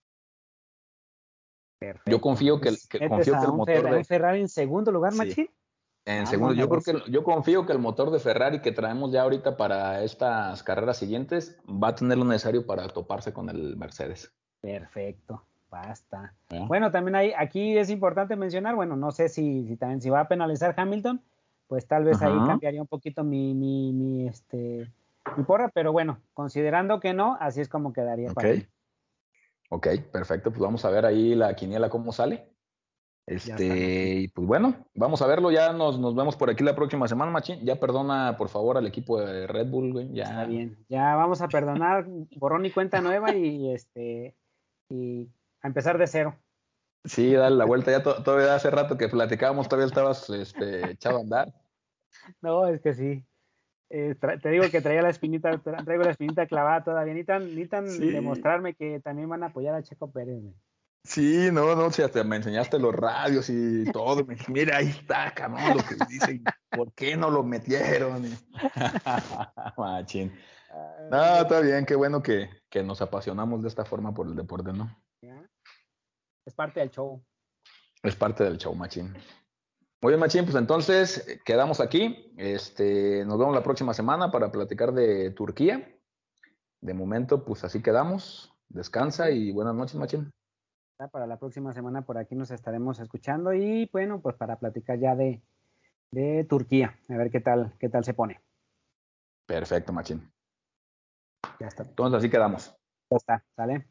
Perfecto. Yo confío que, Pues, que confío que el un motor Ferrari, de un Ferrari en segundo lugar, sí, Machín. en Ah, segundo, buen yo creo negocio. que yo confío que el motor de Ferrari que traemos ya ahorita para estas carreras siguientes va a tener lo necesario para toparse con el Mercedes. Perfecto, basta. ¿Eh? Bueno, también hay, aquí es importante mencionar, bueno, no sé si, si también si va a penalizar Hamilton, pues tal vez ahí Ajá. cambiaría un poquito mi, mi, mi, este, mi porra, pero bueno, considerando que no, así es como quedaría Ok. para mí. Ok, perfecto. Pues vamos a ver ahí la quiniela cómo sale. Ya está, Este, y pues bueno, vamos a verlo. Ya nos, nos vemos por aquí la próxima semana, Machín. Ya perdona, por favor, al equipo de Red Bull, güey. Ya. Está bien. Ya vamos a perdonar, borrón y cuenta nueva y este y a empezar de cero. Sí, dale la vuelta. Ya to- todavía hace rato que platicábamos, todavía estabas este, echado a andar. No, es que sí. Eh, tra- te digo que traía la espinita, tra- traigo la espinita clavada todavía. Ni tan, ni tan Sí. demostrarme que también van a apoyar a Checo Pérez, güey. Sí, no, no, si hasta me enseñaste los radios y todo. Me dije, mira, ahí está, cabrón, lo que dicen. ¿Por qué no lo metieron? Machín. No, está bien, qué bueno que, que nos apasionamos de esta forma por el deporte, ¿no? ¿Ya? Es parte del show. Es parte del show, Machín. Muy bien, Machín, pues entonces quedamos aquí. Este, nos vemos la próxima semana para platicar de Turquía. De momento, pues así quedamos. Descansa y buenas noches, Machín. Para la próxima semana por aquí nos estaremos escuchando y bueno, pues para platicar ya de, de Turquía, a ver qué tal, qué tal se pone. Perfecto, Machín. Ya está. Entonces así quedamos. Ya está, ¿sale?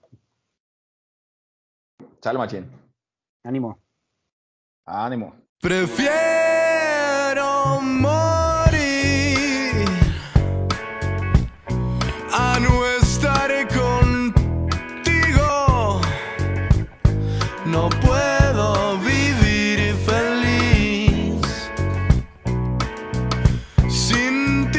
Sale, Machín. Ánimo. Ánimo. Prefiero morir a no estar contigo. No puedo vivir feliz sin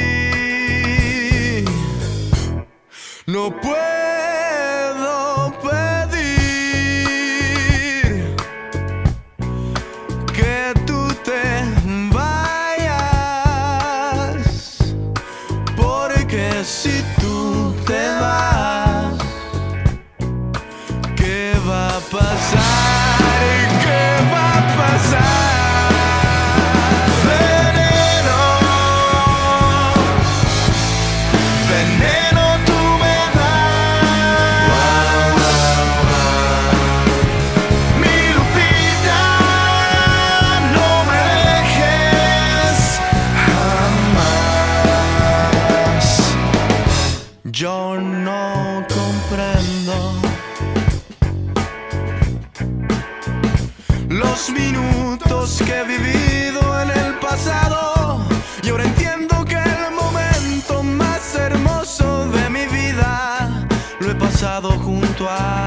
ti. No puedo pedir que tú pasado y ahora entiendo que el momento más hermoso de mi vida lo he pasado junto a